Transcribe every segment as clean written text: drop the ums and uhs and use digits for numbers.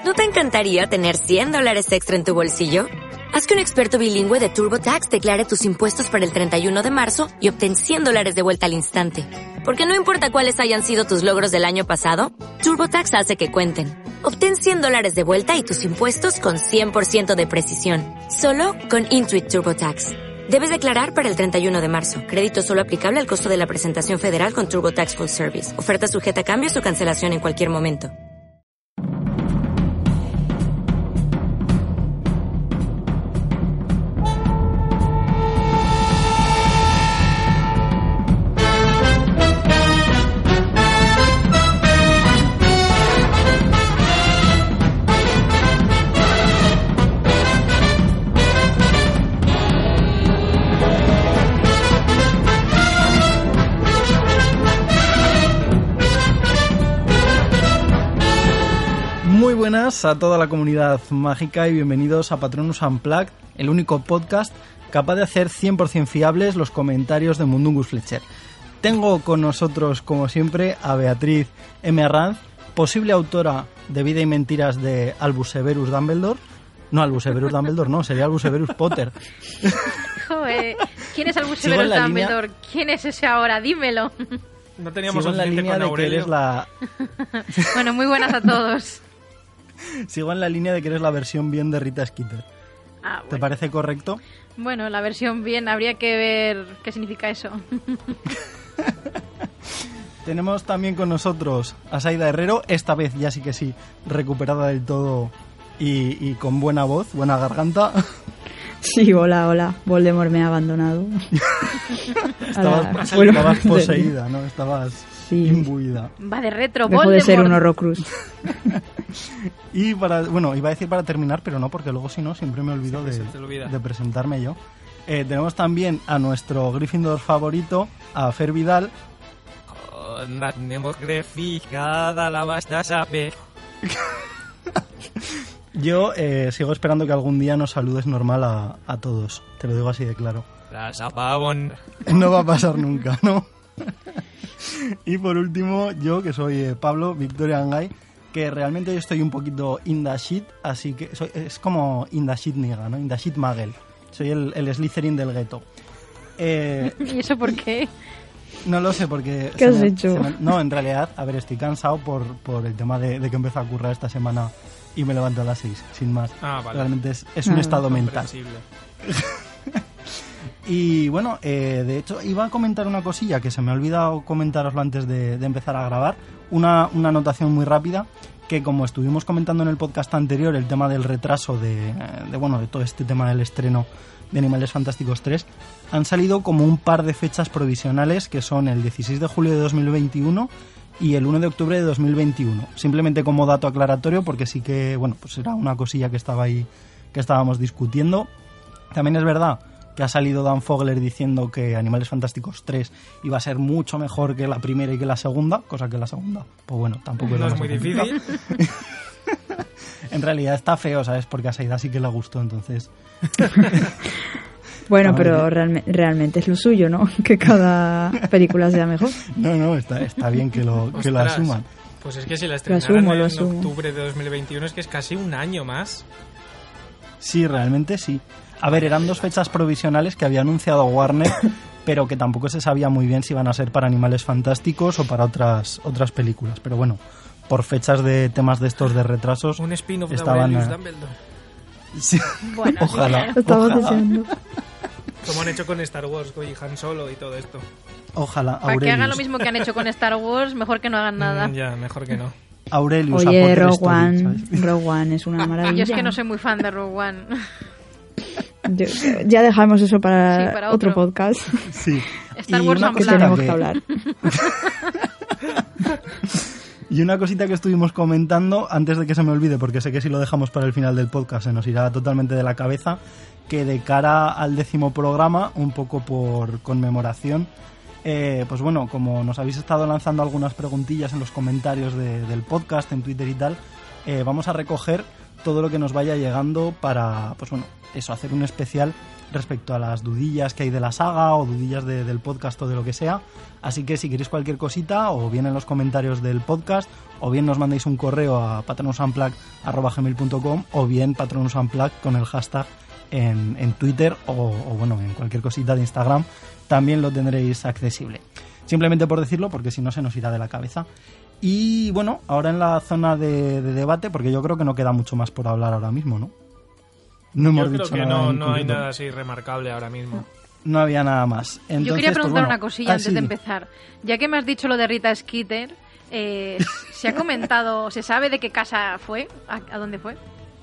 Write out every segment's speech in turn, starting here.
¿No te encantaría tener $100 extra en tu bolsillo? Haz que un experto bilingüe de TurboTax declare tus impuestos para el 31 de marzo y obtén $100 de vuelta al instante. Porque no importa cuáles hayan sido tus logros del año pasado, TurboTax hace que cuenten. Obtén $100 de vuelta y tus impuestos con 100% de precisión. Solo con Intuit TurboTax. Debes declarar para el 31 de marzo. Crédito solo aplicable al costo de la presentación federal con TurboTax Full Service. Oferta sujeta a cambios o cancelación en cualquier momento. Buenas a toda la comunidad mágica y bienvenidos a Patronus Unplugged, el único podcast capaz de hacer 100% fiables los comentarios de Mundungus Fletcher. Tengo con nosotros, como siempre, a Beatriz M. Arranz, posible autora de Vida y Mentiras de Albus Severus Dumbledore. No, Albus Severus Dumbledore no, sería Albus Severus Potter. Joder, ¿quién es Albus Severus Dumbledore? ¿Quién es ese ahora? Dímelo. No teníamos sigo en la línea de que eres la... Bueno, muy buenas a todos. Sigo en la línea de que eres la versión bien de Rita Skeeter. Ah, bueno. ¿Te parece correcto? Bueno, la versión bien, habría que ver qué significa eso. Tenemos también con nosotros a Saida Herrero, esta vez ya sí que sí, recuperada del todo y con buena voz, buena garganta. Sí, hola, Voldemort me ha abandonado. Estabas poseída, ¿no? Estabas imbuida. Va de retro, Dejo Voldemort. de ser un Horrocrux. Y iba a decir para terminar, pero no, porque luego si no, siempre me olvido de presentarme yo. Tenemos también a nuestro Gryffindor favorito, a Fer Vidal. Yo sigo esperando que algún día nos saludes normal a todos, te lo digo así de claro. No va a pasar nunca, ¿no? Y por último, yo que soy Pablo Victoria Angay, que realmente yo estoy un poquito in the shit, así que es como in the shit nigga, ¿no? In the shit magel. Soy el Slytherin del gueto. ¿Y eso por qué? No lo sé, porque... ¿Qué has hecho? No, en realidad, a ver, estoy cansado por el tema de que empecé a currar esta semana y me levanto a las 6, sin más. Ah, vale. Realmente es un estado mental. Y bueno, de hecho, iba a comentar una cosilla que se me ha olvidado comentaroslo antes de empezar a grabar. Una anotación muy rápida, que como estuvimos comentando en el podcast anterior, el tema del retraso de todo este tema del estreno de Animales Fantásticos 3, han salido como un par de fechas provisionales, que son el 16 de julio de 2021 y el 1 de octubre de 2021. Simplemente como dato aclaratorio, porque sí que, pues era una cosilla que estaba ahí, que estábamos discutiendo. También es verdad que ha salido Dan Fogler diciendo que Animales Fantásticos 3 iba a ser mucho mejor que la primera y que la segunda, cosa que la segunda, pues bueno, tampoco no es muy difícil. En realidad está feo, ¿sabes? Porque a Saida sí que le gustó, entonces... Bueno, pero realmente es lo suyo, ¿no? Que cada película sea mejor. No, está bien que lo asuman. Pues es que si la estrenaran lo en asumo. octubre de 2021 es que es casi un año más. Sí, realmente sí. A ver, eran dos fechas provisionales que había anunciado Warner, pero que tampoco se sabía muy bien si iban a ser para Animales Fantásticos o para otras películas. Pero bueno, por fechas de temas de estos de retrasos... Un spin-off de estaban Aurelius Dumbledore. Sí, Bueno, ojalá. Lo estamos deseando. Como han hecho con Star Wars, con Han Solo y todo esto. Ojalá, para Aurelius. que hagan lo mismo que han hecho con Star Wars, mejor que no hagan nada. Ya, mejor que no. Aurelius, Oye, a Potter Rogue Story, One, ¿sabes? Rogue One es una maravilla. Yo es que no soy muy fan de Rogue One. Ya dejamos eso para, Sí, para otro otro. podcast. Sí. Star Y Wars una en Que plan. tenemos que hablar. Y una cosita que estuvimos comentando, antes de que se me olvide, porque sé que si lo dejamos para el final del podcast se nos irá totalmente de la cabeza, que de cara al 10º programa, un poco por conmemoración, pues bueno, como nos habéis estado lanzando algunas preguntillas en los comentarios del podcast, en Twitter y tal, vamos a recoger todo lo que nos vaya llegando para, pues bueno, eso, hacer un especial respecto a las dudillas que hay de la saga o dudillas del podcast o de lo que sea. Así que si queréis cualquier cosita, o bien en los comentarios del podcast, o bien nos mandéis un correo a patronusunplug@gmail.com, o bien patronusunplug con el hashtag en Twitter o bueno, en cualquier cosita de Instagram, también lo tendréis accesible. Simplemente por decirlo, porque si no se nos irá de la cabeza. Y bueno, ahora en la zona de debate, porque yo creo que no queda mucho más por hablar ahora mismo, ¿no? No hemos dicho creo que nada no hay nada así remarcable ahora mismo. No había nada más. Entonces, yo quería preguntar pues, bueno, una cosilla antes de empezar. Ya que me has dicho lo de Rita Skeeter, ¿se ha comentado, se sabe de qué casa fue? ¿A dónde fue?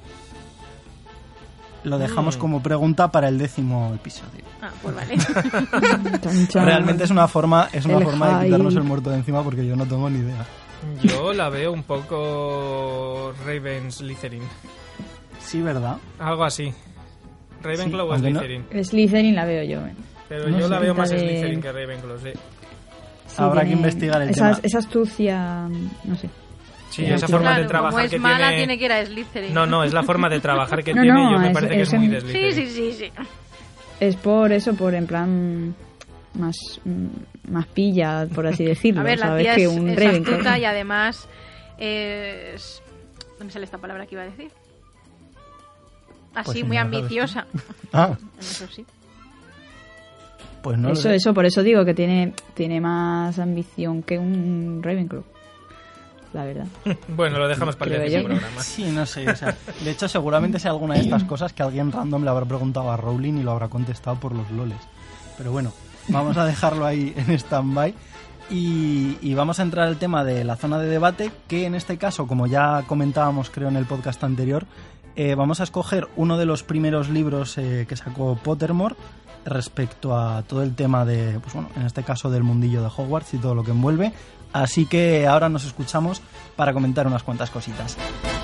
Lo dejamos como pregunta para el 10º episodio. Ah, pues vale. Realmente es una forma de hype. quitarnos el muerto de encima, porque yo no tengo ni idea. Yo la veo un poco Raven Slytherin. Sí, ¿verdad? Algo así. Ravenclaw o aunque no- Slytherin. Slytherin la veo yo. Pero No yo sé, la veo pinta más de- Slytherin que Ravenclaw, sí. Sí, Habrá que tiene investigar el esa, tema. esa astucia, no sé. Sí, Sí, esa sí. forma de Claro, trabajar como es que mala, tiene... tiene que ir a Slytherin. No, es la forma de trabajar que No, tiene. no, Yo me es- parece que es es muy en- de Slytherin. Sí. Es por eso, por en plan más pilla, por así decirlo. A ver, la ¿sabes? tía Que es un astuta Ravenclaw. y además es... ¿Dónde sale esta palabra que iba a decir? Así, Pues si muy no lo sabes ambiciosa. Ah, Eso sí. pues no lo sé. Eso, por eso digo que tiene más ambición que un Ravenclaw. La verdad. Bueno, lo dejamos para el Creo próximo yo. programa. Sí, no sé. O sea, de hecho, seguramente sea alguna de estas cosas que alguien random le habrá preguntado a Rowling y lo habrá contestado por los loles. Pero bueno, vamos a dejarlo ahí en stand-by. Y vamos a entrar al tema de la zona de debate, que en este caso, como ya comentábamos creo en el podcast anterior, vamos a escoger uno de los primeros libros que sacó Pottermore respecto a todo el tema de, pues bueno, en este caso del mundillo de Hogwarts y todo lo que envuelve. Así que ahora nos escuchamos para comentar unas cuantas cositas.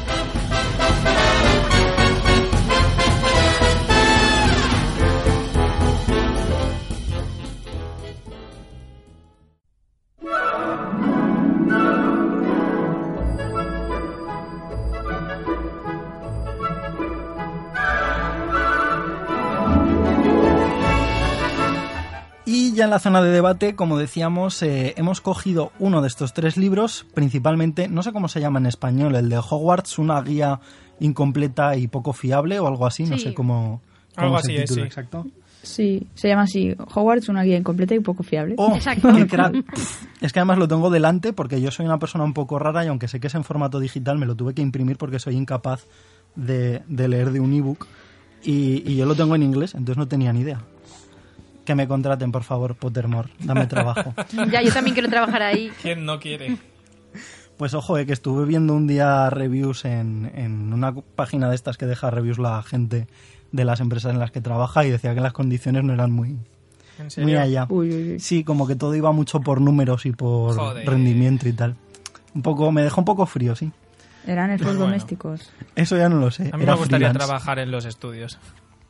Y ya en la zona de debate, como decíamos, hemos cogido uno de estos 3 libros, principalmente, no sé cómo se llama en español, el de Hogwarts, una guía incompleta y poco fiable o algo así, no Sí. sé cómo Algo es el así es, título sí. exacto. Sí, se llama así. Hogwarts, una guía incompleta y poco fiable. Oh, Exacto. qué crack. Es que además lo tengo delante porque yo soy una persona un poco rara y aunque sé que es en formato digital, me lo tuve que imprimir porque soy incapaz de leer de un ebook y yo lo tengo en inglés, entonces no tenía ni idea. Que me contraten, por favor, Pottermore, dame trabajo. Ya, yo también quiero trabajar ahí. ¿Quién no quiere? Pues ojo, que estuve viendo un día reviews en una página de estas que deja reviews la gente de las empresas en las que trabaja y decía que las condiciones no eran muy ¿En allá. Uy, uy, uy. Sí, como que todo iba mucho por números y por Joder. rendimiento y tal. Me dejó un poco frío, sí. Eran elfos Bueno. domésticos. Eso ya no lo sé. A mí Era me gustaría freelance. trabajar en los estudios.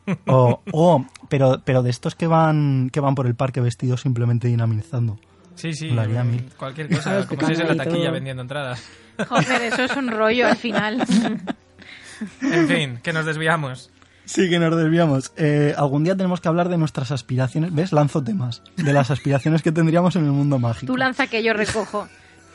Pero de estos que van por el parque vestidos simplemente dinamizando. Sí, Lo haría a mí. cualquier cosa, Claro, como si es en la explicando ahí taquilla todo. vendiendo entradas. Joder, eso es un rollo al final. En fin, que nos desviamos. Sí, que nos desviamos. Algún día tenemos que hablar de nuestras aspiraciones. ¿Ves? Lanzo temas. De las aspiraciones que tendríamos en el mundo mágico. Tú lanza que yo recojo.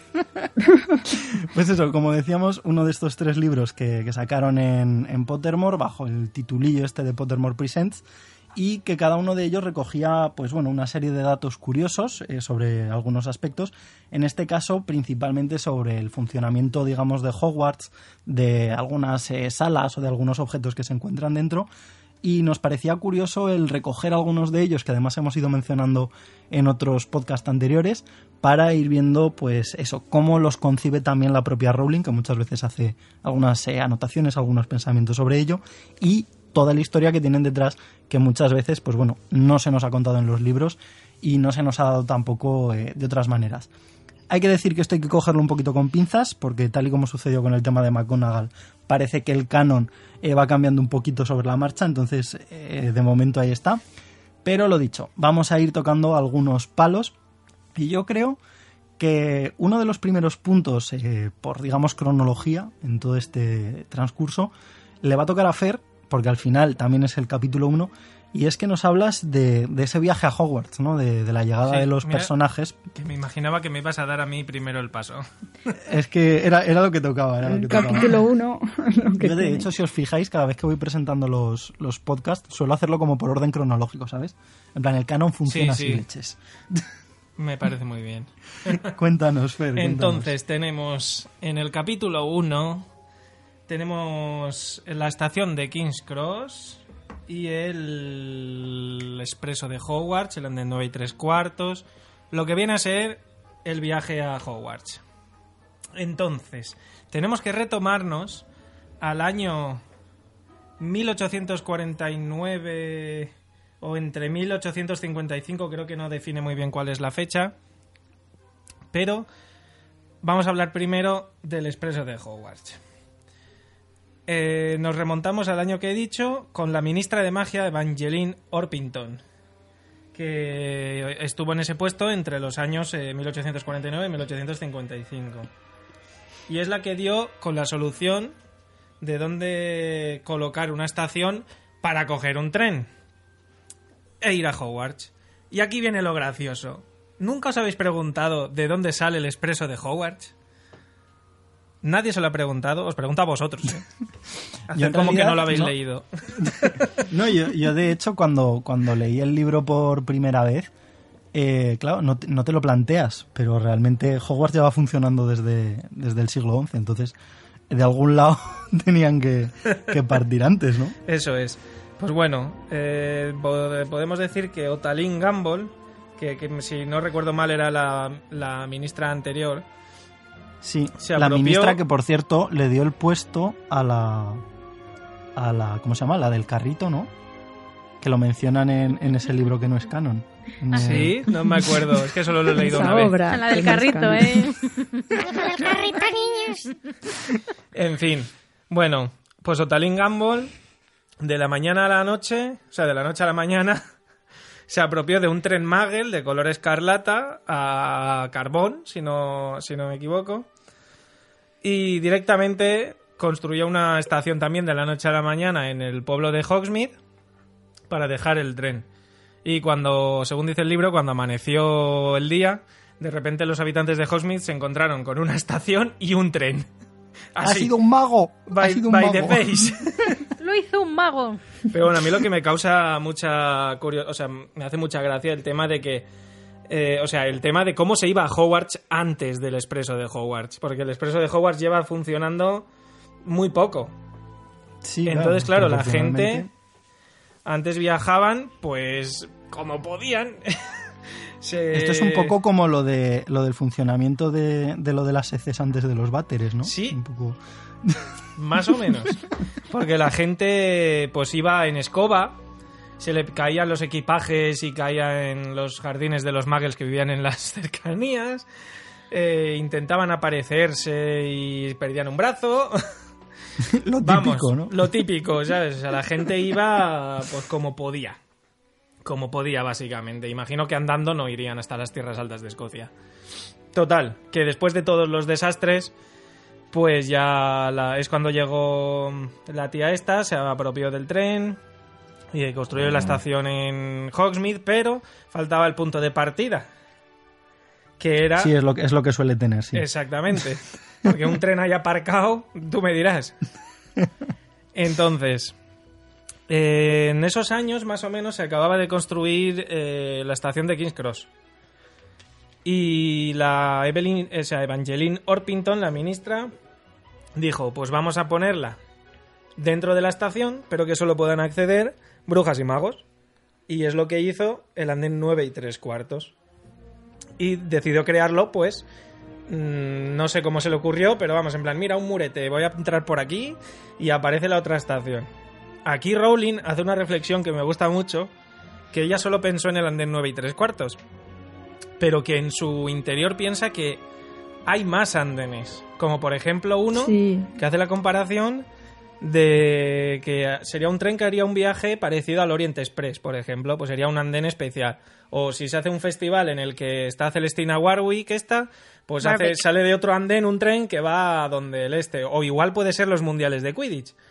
Pues eso, como decíamos, uno de estos 3 libros que sacaron en Pottermore bajo el titulillo este de Pottermore Presents y que cada uno de ellos recogía pues bueno, una serie de datos curiosos sobre algunos aspectos, en este caso principalmente sobre el funcionamiento, digamos, de Hogwarts, de algunas salas o de algunos objetos que se encuentran dentro. Y nos parecía curioso el recoger algunos de ellos, que además hemos ido mencionando en otros podcasts anteriores, para ir viendo, pues eso, cómo los concibe también la propia Rowling, que muchas veces hace algunas anotaciones, algunos pensamientos sobre ello, y toda la historia que tienen detrás, que muchas veces, pues bueno, no se nos ha contado en los libros y no se nos ha dado tampoco de otras maneras. Hay que decir que esto hay que cogerlo un poquito con pinzas, porque tal y como sucedió con el tema de McGonagall, parece que el canon va cambiando un poquito sobre la marcha, entonces de momento ahí está. Pero lo dicho, vamos a ir tocando algunos palos y yo creo que uno de los primeros puntos por, digamos, cronología en todo este transcurso le va a tocar a Fer, porque al final también es el capítulo 1, y es que nos hablas de ese viaje a Hogwarts, ¿no? De la llegada de los personajes. Que me imaginaba que me ibas a dar a mí primero el paso. Es que era lo que tocaba. El capítulo 1. Yo, de hecho, si os fijáis, cada vez que voy presentando los podcasts, suelo hacerlo como por orden cronológico, ¿sabes? En plan, el canon funciona así, leches. Me parece muy bien. Cuéntanos, Fer. Entonces, tenemos en el capítulo 1, tenemos la estación de King's Cross y el expreso de Hogwarts, el andén 9 3/4, lo que viene a ser el viaje a Hogwarts. Entonces, tenemos que retomarnos al año 1849 o entre 1855, creo que no define muy bien cuál es la fecha, pero vamos a hablar primero del expreso de Hogwarts. Nos remontamos al año que he dicho con la ministra de magia Evangeline Orpington, que estuvo en ese puesto entre los años 1849 y 1855, y es la que dio con la solución de dónde colocar una estación para coger un tren e ir a Hogwarts. Y aquí viene lo gracioso. ¿Nunca os habéis preguntado de dónde sale el expreso de Hogwarts? Nadie se lo ha preguntado. Os pregunto a vosotros, ¿eh? Haced como que no lo habéis leído. No, yo de hecho, cuando leí el libro por primera vez, claro, no te lo planteas, pero realmente Hogwarts lleva funcionando desde el siglo XI, entonces de algún lado tenían que partir antes, ¿no? Eso es. Pues bueno, podemos decir que Otalín Gamble, que si no recuerdo mal era la ministra anterior. Sí, la ministra que, por cierto, le dio el puesto a la ¿cómo se llama? La del carrito, ¿no? Que lo mencionan en ese libro que no es canon. Sí, no me acuerdo, es que solo lo he leído una vez. A la del carrito, ¿eh? La del carrito, niños. En fin, bueno, pues Otalín Gamble, de la mañana a la noche, o sea, de la noche a la mañana, se apropió de un tren Magel de color escarlata a carbón, si no me equivoco, y directamente construyó una estación también de la noche a la mañana en el pueblo de Hogsmeade para dejar el tren. Y cuando, según dice el libro, cuando amaneció el día, de repente los habitantes de Hogsmeade se encontraron con una estación y un tren. Así, ¡ha sido un mago! By the face. Lo hizo un mago. Pero bueno, a mí lo que me causa mucha curiosidad, o sea, me hace mucha gracia el tema de que, el tema de cómo se iba a Hogwarts antes del expreso de Hogwarts, porque el expreso de Hogwarts lleva funcionando muy poco. Sí, entonces, claro, la gente antes viajaban, pues, como podían. Esto es un poco como lo del funcionamiento de lo de las heces antes de los váteres, ¿no? Sí. Un poco. Más o menos. Porque la gente pues iba en escoba, se le caían los equipajes y caía en los jardines de los muggles que vivían en las cercanías, intentaban aparecerse y perdían un brazo. Lo típico, vamos, ¿no? Lo típico, ¿sabes? O sea, la gente iba pues como podía. Como podía, básicamente. Imagino que andando no irían hasta las tierras altas de Escocia. Total, que después de todos los desastres, pues ya es cuando llegó la tía esta, se apropió del tren y construyó la estación en Hogsmeade, pero faltaba el punto de partida, que era... Sí, es lo que suele tener, sí. Exactamente. Porque un tren haya aparcado, tú me dirás. Entonces, en esos años, más o menos, se acababa de construir la estación de King's Cross. Y la Evangeline Orpington, la ministra, dijo, pues vamos a ponerla dentro de la estación, pero que solo puedan acceder brujas y magos. Y es lo que hizo el andén 9 3/4. Y decidió crearlo, pues, no sé cómo se le ocurrió, pero vamos, en plan, mira, un murete, voy a entrar por aquí y aparece la otra estación. Aquí Rowling hace una reflexión que me gusta mucho, que ella solo pensó en el andén 9 3/4, pero que en su interior piensa que hay más andenes, como por ejemplo uno que hace la comparación de que sería un tren que haría un viaje parecido al Orient Express, por ejemplo, pues sería un andén especial. O si se hace un festival en el que está Celestina Warwick, pues sale de otro andén un tren que va a donde el este. O igual puede ser los mundiales de Quidditch.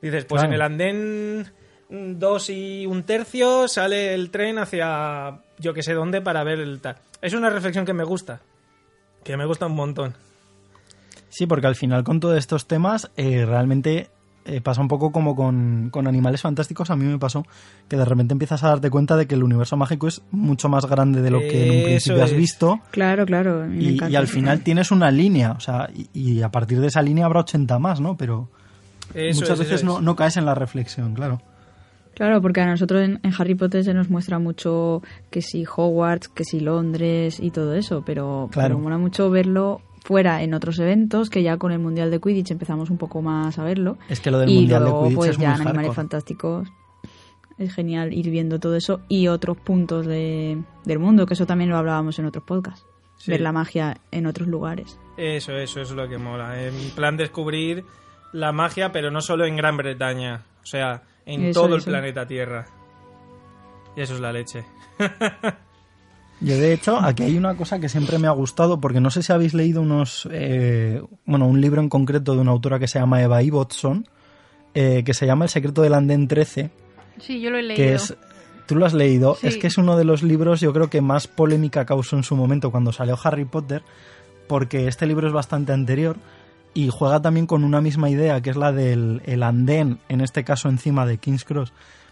Dices, pues Claro. en el andén 2 1/3 sale el tren hacia yo que sé dónde para ver el tal. Es una reflexión que me gusta un montón. Sí, porque al final con todos estos temas realmente pasa un poco como con Animales Fantásticos. A mí me pasó que de repente empiezas a darte cuenta de que el universo mágico es mucho más grande de lo que en un principio has visto. Claro, claro. a mí me encanta. Y al final tienes una línea, o sea, y a partir de esa línea habrá 80 más, ¿no? Pero muchas veces no caes en la reflexión, claro. Claro, porque a nosotros en Harry Potter se nos muestra mucho que si Hogwarts, que si Londres y todo eso, pero mola mucho verlo fuera en otros eventos, que ya con el Mundial de Quidditch empezamos un poco más a verlo. Es que lo del Mundial luego, de Quidditch pues es ya muy en Animales hardcore. Fantásticos es genial ir viendo todo eso y otros puntos del mundo, que eso también lo hablábamos en otros podcasts. Sí. Ver la magia en otros lugares. Eso es lo que mola. En plan descubrir la magia, pero no solo en Gran Bretaña. O sea, en todo el planeta Tierra. Y eso es la leche. Yo, de hecho, aquí hay una cosa que siempre me ha gustado, porque no sé si habéis leído un libro en concreto de una autora que se llama Eva Ibbotson, que se llama El secreto del andén 13. Sí, yo lo he leído. Que es, ¿tú lo has leído? Sí. Es que es uno de los libros, yo creo que más polémica causó en su momento cuando salió Harry Potter, porque este libro es bastante anterior y juega también con una misma idea, que es la del el andén, en este caso encima de King's Cross,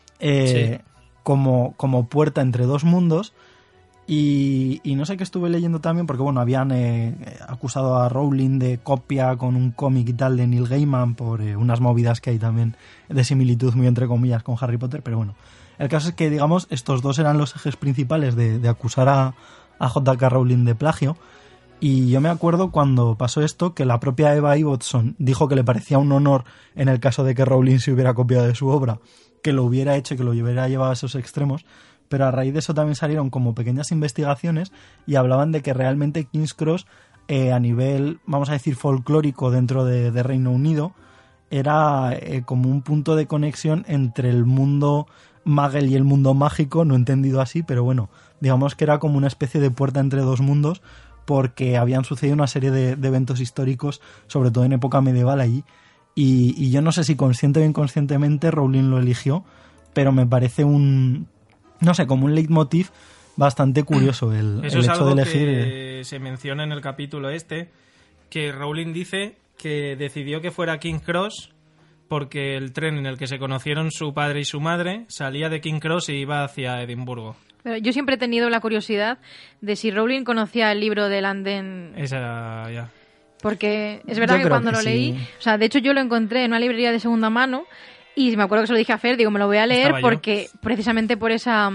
como puerta entre dos mundos. Y no sé qué estuve leyendo también, porque bueno, habían acusado a Rowling de copia con un cómic y tal de Neil Gaiman por unas movidas que hay también de similitud, muy entre comillas, con Harry Potter, pero bueno, el caso es que, digamos, estos dos eran los ejes principales de acusar a J.K. Rowling de plagio. Y yo me acuerdo cuando pasó esto que la propia Eva Ibbotson dijo que le parecía un honor, en el caso de que Rowling se hubiera copiado de su obra, que lo hubiera hecho y que lo hubiera llevado a esos extremos. Pero a raíz de eso también salieron como pequeñas investigaciones y hablaban de que realmente King's Cross, a nivel, vamos a decir, folclórico dentro de Reino Unido, era como un punto de conexión entre el mundo Muggle y el mundo mágico, no entendido así, pero bueno, digamos que era como una especie de puerta entre dos mundos, porque habían sucedido una serie de eventos históricos, sobre todo en época medieval allí, y yo no sé si consciente o inconscientemente Rowling lo eligió, pero me parece como un leitmotiv bastante curioso el Eso es hecho algo de elegir. que se menciona en el capítulo que Rowling dice que decidió que fuera King's Cross porque el tren en el que se conocieron su padre y su madre salía de King's Cross y iba hacia Edimburgo. Pero yo siempre he tenido la curiosidad de si Rowling conocía el libro del andén. Esa ya. Porque es verdad Yo que creo cuando que lo sí. leí, o sea, de hecho yo lo encontré en una librería de segunda mano y me acuerdo que se lo dije a Fer, digo, me lo voy a leer Estaba yo. porque precisamente por esa,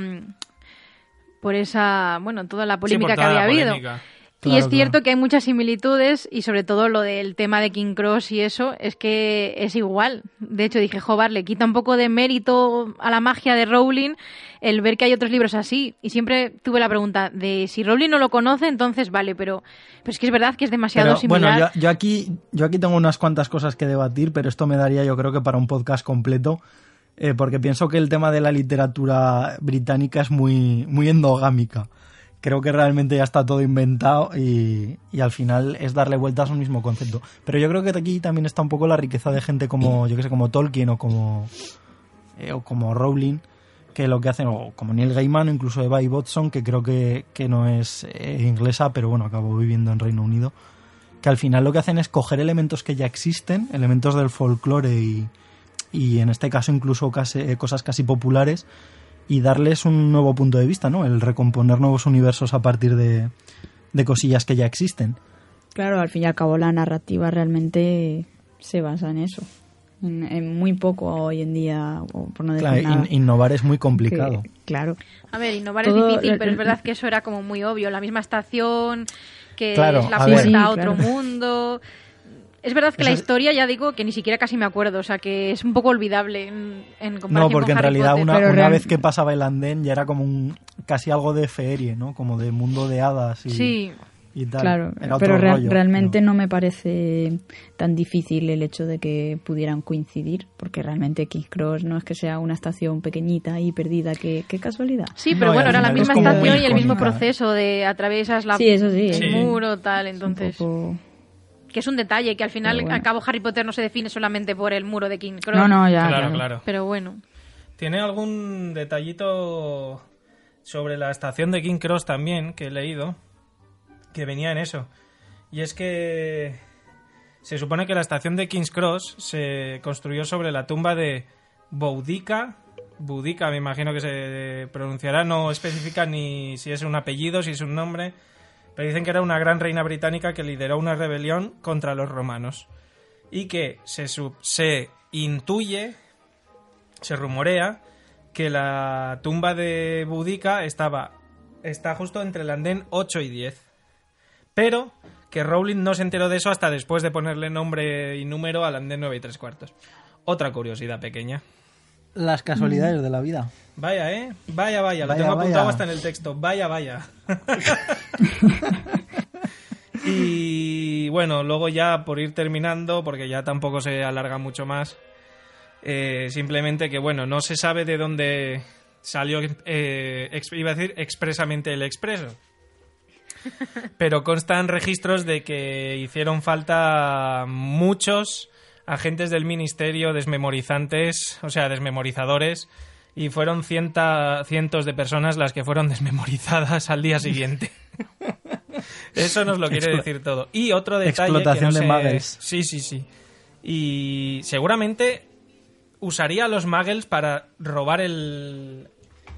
bueno, toda la polémica que había habido. Claro, Y es cierto claro. que hay muchas similitudes y sobre todo lo del tema de King's Cross y eso es que es igual. De hecho dije, joder, le quita un poco de mérito a la magia de Rowling el ver que hay otros libros así. Y siempre tuve la pregunta de si Rowling no lo conoce, entonces vale, pero es que es verdad que es demasiado Pero, similar. bueno, yo aquí tengo unas cuantas cosas que debatir, pero esto me daría yo creo que para un podcast completo, porque pienso que el tema de la literatura británica es muy, muy endogámica. Creo que realmente ya está todo inventado y al final es darle vueltas a un mismo concepto. Pero yo creo que aquí también está un poco la riqueza de gente como, yo que sé, como Tolkien o como Rowling, que lo que hacen, o como Neil Gaiman o incluso Eva Ibbotson, que creo que no es inglesa, pero bueno, acabó viviendo en Reino Unido, que al final lo que hacen es coger elementos que ya existen, elementos del folclore y en este caso incluso cosas casi populares, y darles un nuevo punto de vista, ¿no? El recomponer nuevos universos a partir de cosillas que ya existen. Claro, al fin y al cabo la narrativa realmente se basa en eso. En muy poco hoy en día, o por no decir Claro, nada. innovar es muy complicado. Claro. A ver, innovar Todo es difícil, pero es verdad que eso era como muy obvio. La misma estación, que Claro, es la a puerta ver. a Sí, otro claro. mundo. Es verdad que Eso la es- historia, ya digo, que ni siquiera casi me acuerdo. O sea, que es un poco olvidable en comparación No, porque con en Harry realidad Potter. Pero una vez que pasaba el andén ya era como casi algo de feerie, ¿no? Como de mundo de hadas Sí, y tal. Claro, Era otro pero rollo, realmente pero- no me parece tan difícil el hecho de que pudieran coincidir, porque realmente King's Cross no es que sea una estación pequeñita y perdida, qué casualidad. sí, No, pero y bueno, al era la final es misma como estación muy y el mismo icónica, proceso de atravesas Sí, eso sí, el sí. muro, tal, entonces... Un poco- que es un detalle, que al final, al cabo, Harry Potter no se define solamente por el muro de King's Cross. No, ya. Claro. Pero bueno. Tiene algún detallito sobre la estación de King's Cross también, que he leído, que venía en eso. Y es que se supone que la estación de King's Cross se construyó sobre la tumba de Boudica, me imagino que se pronunciará, no especifica ni si es un apellido, si es un nombre, pero dicen que era una gran reina británica que lideró una rebelión contra los romanos y que se intuye, se rumorea que la tumba de Boudica está justo entre el andén 8 y 10, pero que Rowling no se enteró de eso hasta después de ponerle nombre y número al andén 9 3/4. Otra curiosidad pequeña. Las casualidades de la vida. Vaya, ¿eh? Vaya. Lo tengo apuntado hasta en el texto. Vaya. Y bueno, luego ya por ir terminando, porque ya tampoco se alarga mucho más, simplemente que bueno, no se sabe de dónde salió, iba a decir expresamente el expreso. Pero constan registros de que hicieron falta muchos agentes del ministerio desmemorizantes, o sea, desmemorizadores, y fueron cientos de personas las que fueron desmemorizadas al día siguiente. Eso nos lo quiere decir todo. Y otro detalle... Explotación que no de muggles. Sí. Y seguramente usaría a los muggles para robar el...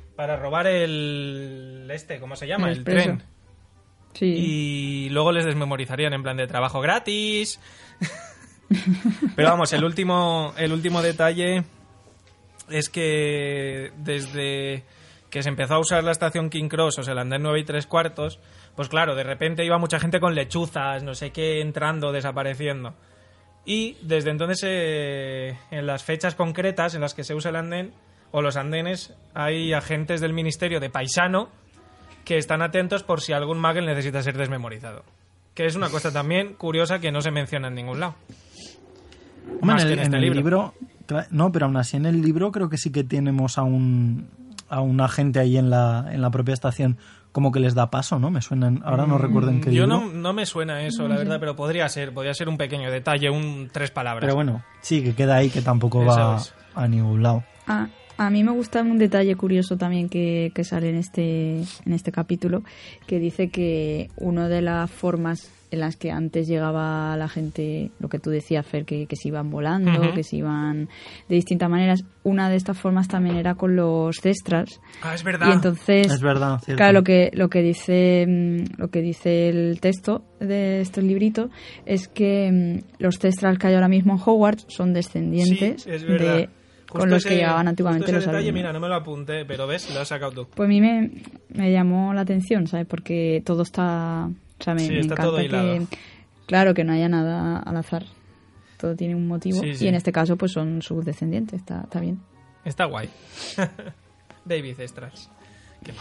¿Cómo se llama? El tren. Sí. Y luego les desmemorizarían en plan de trabajo gratis. Pero vamos, el último detalle es que desde que se empezó a usar la estación King's Cross, o sea, el andén 9 3/4, pues claro, de repente iba mucha gente con lechuzas, no sé qué, entrando, desapareciendo. Y desde entonces, en las fechas concretas en las que se usa el andén, o los andenes, hay agentes del ministerio de paisano que están atentos por si algún muggle necesita ser desmemorizado. Que es una cosa también curiosa que no se menciona en ningún lado. Hombre, más que en este libro. No, pero aún así en el libro creo que sí que tenemos a un agente ahí en la propia estación como que les da paso, ¿no? Me suenan, ahora no recuerdo en qué libro. Yo no me suena eso, la verdad, pero podría ser un pequeño detalle, 3 palabras. Pero bueno, sí, que queda ahí, que tampoco va a ningún lado. A mí me gusta un detalle curioso también que sale en este capítulo, que dice que una de las formas en las que antes llegaba la gente, lo que tú decías, Fer, que se iban volando, que se iban de distintas maneras, una de estas formas también era con los cestrals. Ah, es verdad. Y entonces, es verdad, cierto. Claro, lo que dice el texto de estos libritos es que los cestrals que hay ahora mismo en Hogwarts son descendientes de con los que llegaban antiguamente los alumnos. Mira, no me lo apunté, pero ves, lo has sacado tú. Pues a mí me llamó la atención, ¿sabes? Porque todo está... O sea, me encanta todo que... Claro, que no haya nada al azar. Todo tiene un motivo. Sí. Y en este caso, pues son sus descendientes. Está bien. Está guay. Baby Cestrals. Qué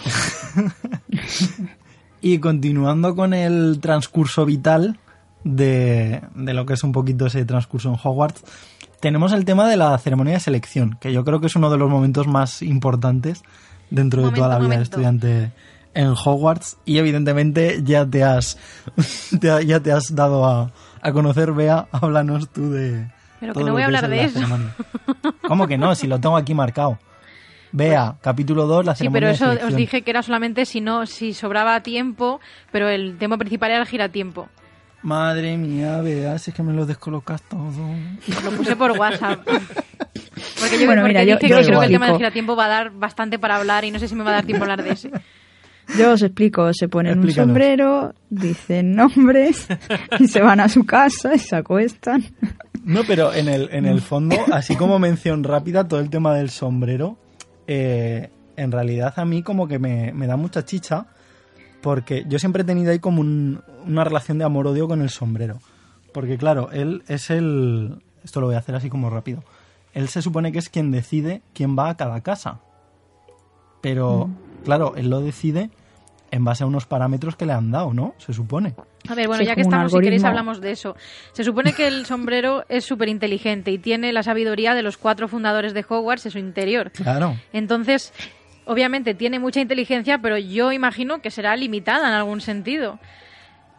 Y continuando con el transcurso vital de lo que es un poquito ese transcurso en Hogwarts, tenemos el tema de la ceremonia de selección, que yo creo que es uno de los momentos más importantes dentro de toda la vida del estudiante en Hogwarts, y evidentemente ya te has dado a conocer. Bea, háblanos tú de... Pero que no voy a hablar de eso. ¿Cómo que no? Si lo tengo aquí marcado. Bea, pues, capítulo 2, la ceremonia de selección. Sí, pero eso os dije que era solamente si sobraba tiempo, pero el tema principal era el giratiempo. Madre mía, Bea, si es que me lo descolocas todo. Lo puse por WhatsApp. Porque yo creo que el tema del giratiempo va a dar bastante para hablar y no sé si me va a dar tiempo a hablar de ese. Yo os explico, se ponen un sombrero, dicen nombres y se van a su casa y se acuestan. No, pero en el fondo, así como mención rápida, todo el tema del sombrero, en realidad a mí como que me da mucha chicha, porque yo siempre he tenido ahí como una relación de amor-odio con el sombrero. Porque claro, él es esto lo voy a hacer así como rápido. Él se supone que es quien decide quién va a cada casa. Pero, claro, él lo decide en base a unos parámetros que le han dado, ¿no? Se supone. A ver, bueno, ya que estamos, si queréis, hablamos de eso. Se supone que el sombrero es súper inteligente y tiene la sabiduría de los 4 fundadores de Hogwarts en su interior. Claro. Entonces, obviamente tiene mucha inteligencia, pero yo imagino que será limitada en algún sentido.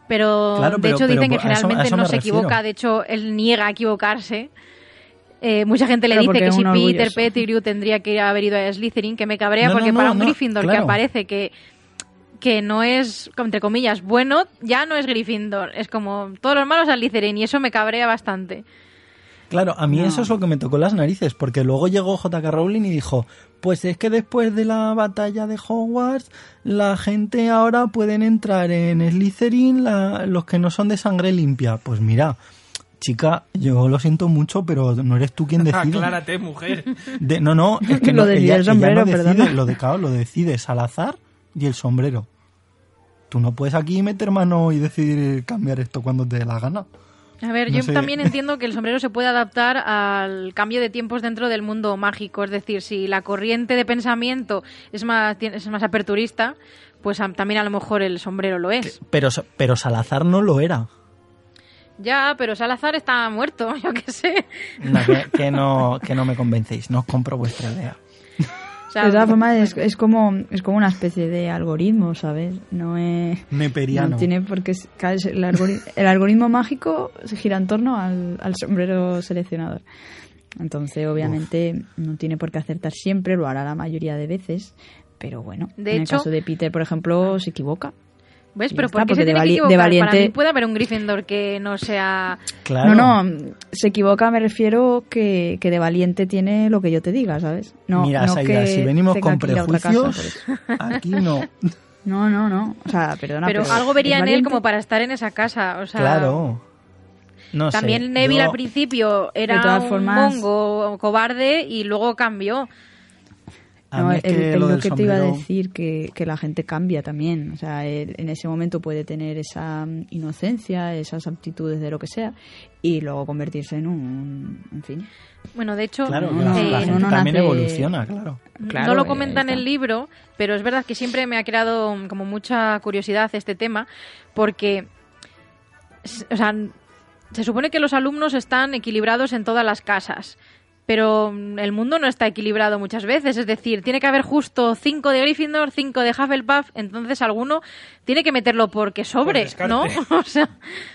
Pero Claro, de hecho dicen que a eso generalmente me no se refiero. equivoca. De hecho, él niega a equivocarse. Mucha gente le Pero dice porque que es si un Peter orgulloso. Pettigrew tendría que haber ido a Slytherin, que me cabrea No, porque no, para un no, Gryffindor claro. que aparece que no es, entre comillas, bueno, ya no es Gryffindor. Es como todos los malos a Slytherin y eso me cabrea bastante. Claro, a mí No. eso es lo que me tocó las narices, porque luego llegó J.K. Rowling y dijo, pues es que después de la batalla de Hogwarts, la gente ahora pueden entrar en Slytherin los que no son de sangre limpia. Pues mira, chica, yo lo siento mucho, pero no eres tú quien decide. Aclárate, mujer. No, es que Lo no, decide ella el sombrero, no decide, perdona. lo decide Salazar y el sombrero. Tú no puedes aquí meter mano y decidir cambiar esto cuando te dé la gana. A ver, No yo sé. también entiendo que el sombrero se puede adaptar al cambio de tiempos dentro del mundo mágico. Es decir, si la corriente de pensamiento es más aperturista, pues también a lo mejor el sombrero lo es. Pero Salazar no lo era. Ya, pero Salazar está muerto, yo qué sé. No, que no me convencéis, no os compro vuestra idea. O sea, De todas formas, es como una especie de algoritmo, ¿sabes? No es... Neperiano. No tiene por qué... Claro, el algoritmo mágico se gira en torno al sombrero seleccionador. Entonces, obviamente, no tiene por qué acertar siempre, lo hará la mayoría de veces. Pero bueno, De en hecho- el caso de Peter, por ejemplo, se equivoca. ¿Ves? Ya Pero está, ¿por qué se porque tiene que de equivocar? valiente- Para mí puede haber un Gryffindor que no sea... Claro. No, se equivoca, me refiero que de valiente tiene lo que yo te diga, ¿sabes? No, Mira, no Saida, que si venimos tenga con que ir a otra casa, por prejuicios, eso. aquí no. No. O sea, perdona, pero algo vería ¿es en él valiente? como para estar en esa casa. O sea, Claro. No también sé, Neville yo- al principio De era todas un formas- mongo cobarde y luego cambió. A No, mí es que el lo lo del que te iba a sombrero- decir que la gente cambia también. O sea, en ese momento puede tener esa inocencia, esas aptitudes de lo que sea, y luego convertirse en un... En fin. Bueno, de hecho, Claro, que No, la no, gente no también nace- evoluciona, claro. Claro, no lo comenta en está. el libro, pero es verdad que siempre me ha creado como mucha curiosidad este tema, porque, o sea, se supone que los alumnos están equilibrados en todas las casas, pero el mundo no está equilibrado muchas veces, es decir, tiene que haber justo 5 de Gryffindor, 5 de Hufflepuff, entonces alguno tiene que meterlo porque sobre, Por ¿no? descarte. O sea,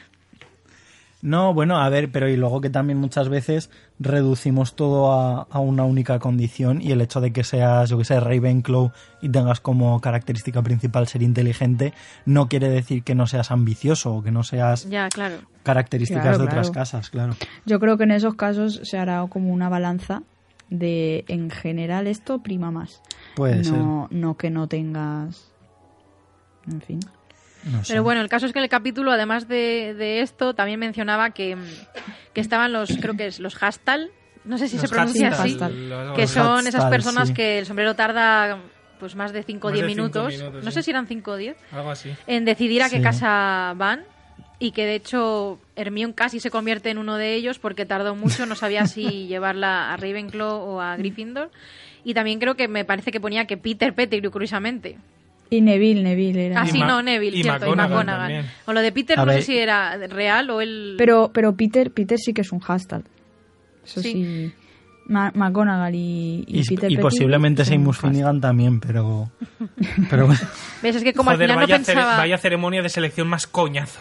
No, bueno, a ver, pero y luego que también muchas veces reducimos todo a una única condición y el hecho de que seas, yo que sé, Ravenclaw y tengas como característica principal ser inteligente no quiere decir que no seas ambicioso o que no seas ya, claro. características Claro, de otras claro. casas, claro. Yo creo que en esos casos se hará como una balanza de, en general, esto prima más. Puede ser. No que no tengas... En fin. No sé. Pero bueno, el caso es que en el capítulo, además de esto, también mencionaba que estaban creo que es los Hastal, no sé si se pronuncia Hastal, así, los- que Los son esas Hastal, personas sí. que el sombrero tarda pues más de 5 o Más 10 de 5 minutos, minutos, no sí. sé si eran 5 o 10, Algo así. en decidir a qué Sí. casa van, y que de hecho Hermione casi se convierte en uno de ellos porque tardó mucho, no sabía si llevarla a Ravenclaw o a Gryffindor, y también creo que me parece que ponía que Peter Pettigrew, curiosamente. Y Neville era... Ah, Y sí, Ma- no, Neville, y cierto, y McGonagall McGonagall. también. O lo de Peter, A no sé ver. si era real o él... Pero Peter sí que es un hashtag. Eso Sí. sí. McGonagall y Peter Y Pettigrew posiblemente son Seamus hashtag. Finnegan también, pero bueno. ¿Ves? Es que como Joder, al final no pensaba... vaya ceremonia de selección más coñazo.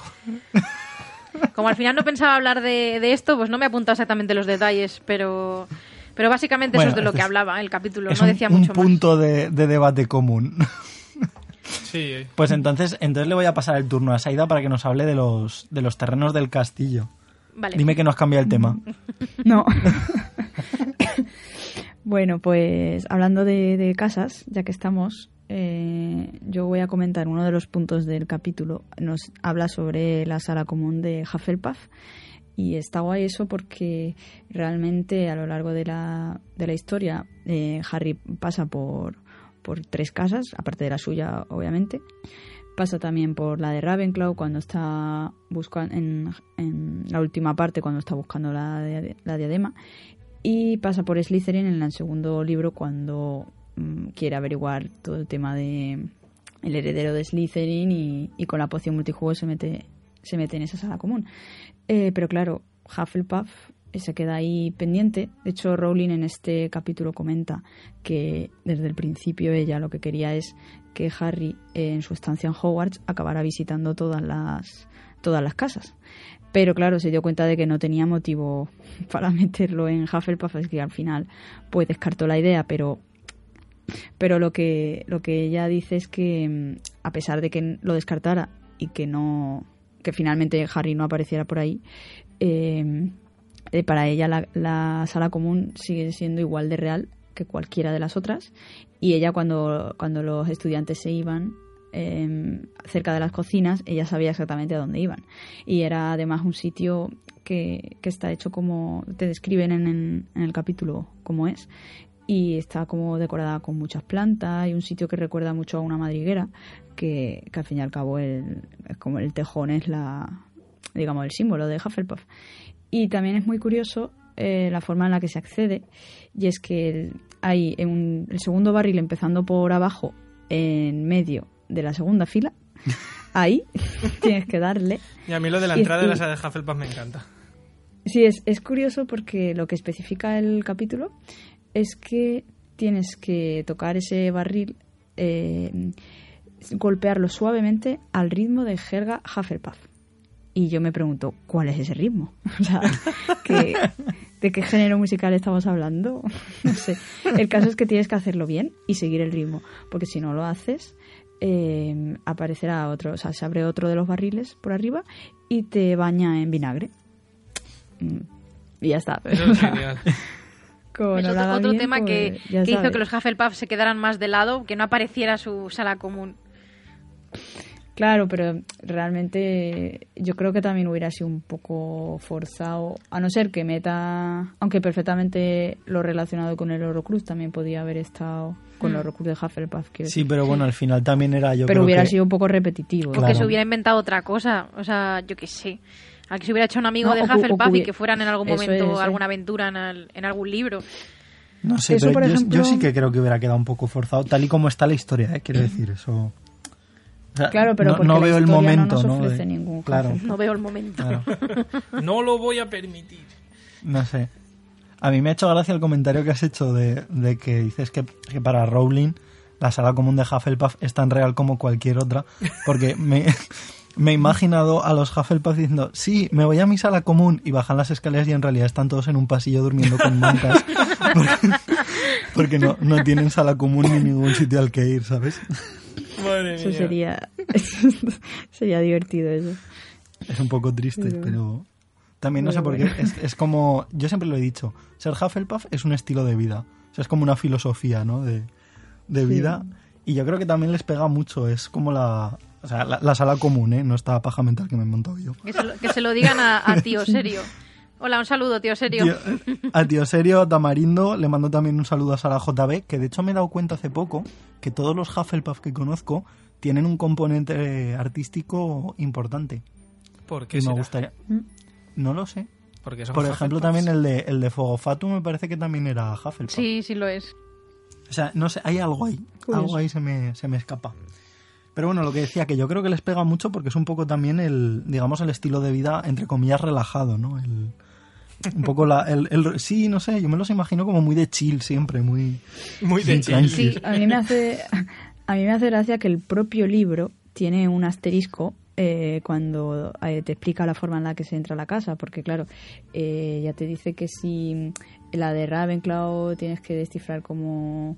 Como al final no pensaba hablar de esto, pues no me he apuntado exactamente los detalles, pero básicamente eso Bueno, es de lo que es- hablaba el capítulo, Es no decía un mucho más. punto de debate común. Sí. Pues entonces le voy a pasar el turno a Saida para que nos hable de los terrenos del castillo. Vale. Dime que nos cambia el tema. No. Bueno, pues hablando de casas, ya que estamos, yo voy a comentar uno de los puntos del capítulo. Nos habla sobre la sala común de Hufflepuff. Y está guay eso porque realmente a lo largo de la historia Harry pasa por 3 casas, aparte de la suya, obviamente. Pasa también por la de Ravenclaw cuando está buscando en la última parte, cuando está buscando la diadema. Y pasa por Slytherin en el segundo libro cuando quiere averiguar todo el tema de el heredero de Slytherin y con la poción multijuego se mete en esa sala común. Pero claro, Hufflepuff se queda ahí pendiente. De hecho, Rowling en este capítulo comenta que desde el principio ella lo que quería es que Harry en su estancia en Hogwarts acabara visitando todas las casas. Pero claro, se dio cuenta de que no tenía motivo para meterlo en Hufflepuff, es que al final pues descartó la idea, pero lo que ella dice es que a pesar de que lo descartara y que finalmente Harry no apareciera por ahí, para ella la sala común sigue siendo igual de real que cualquiera de las otras, y ella cuando los estudiantes se iban cerca de las cocinas, ella sabía exactamente a dónde iban, y era además un sitio que está hecho como te describen en el capítulo como es, y está como decorada con muchas plantas, y un sitio que recuerda mucho a una madriguera, que al fin y al cabo es como el tejón es el símbolo de Hufflepuff. Y también es muy curioso la forma en la que se accede, y es que hay el segundo barril empezando por abajo, en medio de la segunda fila, ahí tienes que darle. Y a mí lo de la entrada de la sala de Hufflepuff me encanta. Sí, es curioso porque lo que especifica el capítulo es que tienes que tocar ese barril, golpearlo suavemente al ritmo de jerga Hufflepuff. Y yo me pregunto, ¿cuál es ese ritmo? O sea, ¿de qué género musical estamos hablando? No sé. El caso es que tienes que hacerlo bien y seguir el ritmo, porque si no lo haces, aparecerá otro, o sea, se abre otro de los barriles por arriba y te baña en vinagre. Y ya está. Eso es genial. Es otro tema pues, que hizo que los Hufflepuff se quedaran más de lado, que no apareciera su sala común. Claro, pero realmente yo creo que también hubiera sido un poco forzado, a no ser que meta, aunque perfectamente lo relacionado con el Horrocrux también podía haber estado con el Horrocrux de Hufflepuff. Sí, pero bueno, al final también era pero hubiera sido un poco repetitivo. Porque claro, se hubiera inventado otra cosa, o sea, yo qué sé. A que se hubiera hecho un amigo de Hufflepuff y que fueran en algún momento alguna aventura en algún libro. No sé, eso, pero yo sí que creo que hubiera quedado un poco forzado, tal y como está la historia, quiero decir, eso. O sea, claro, pero no veo el momento, no nos ofrece ningún claro. No veo el momento. Claro. No lo voy a permitir. No sé. A mí me ha hecho gracia el comentario que has hecho de que dices que para Rowling la sala común de Hufflepuff es tan real como cualquier otra, porque me he imaginado a los Hufflepuff diciendo, sí, me voy a mi sala común, y bajan las escaleras y en realidad están todos en un pasillo durmiendo con mantas porque no tienen sala común ni ningún sitio al que ir, ¿sabes? Madre eso mía. sería divertido eso. Es un poco triste, pero también no sé por qué. Es como, yo siempre lo he dicho, ser Hufflepuff es un estilo de vida. O sea, es como una filosofía, ¿no? de vida. Y yo creo que también les pega mucho. Es como la sala común, ¿eh? No esta paja mental que me he montado yo. Que se lo digan a Tío Serio. Hola, un saludo, Tío Serio. A Tío Serio, a Tamarindo, le mando también un saludo a Sara JB, que de hecho me he dado cuenta hace poco que todos los Hufflepuff que conozco tienen un componente artístico importante. ¿Por qué? Y me gustaría... No lo sé. Porque por ejemplo, también el de Fuego Fatu me parece que también era Hufflepuff. Sí, sí lo es. O sea, no sé, hay algo ahí. Pues algo ahí se me escapa. Pero bueno, lo que decía, que yo creo que les pega mucho porque es un poco también el estilo de vida, entre comillas, relajado, ¿no? Un poco sí, no sé, yo me los imagino como muy de chill siempre, muy de chill. Sí, a mí me hace gracia que el propio libro tiene un asterisco cuando te explica la forma en la que se entra a la casa, porque claro, ya te dice que si la de Ravenclaw tienes que descifrar como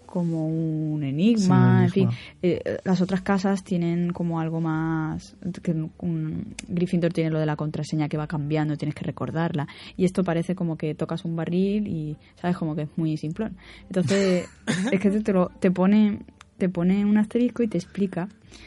un enigma, sí, en fin. Las otras casas tienen como algo más... Gryffindor tiene lo de la contraseña que va cambiando, tienes que recordarla. Y esto parece como que tocas un barril y, ¿sabes? Como que es muy simplón. Entonces, es que te pone un asterisco y te explica.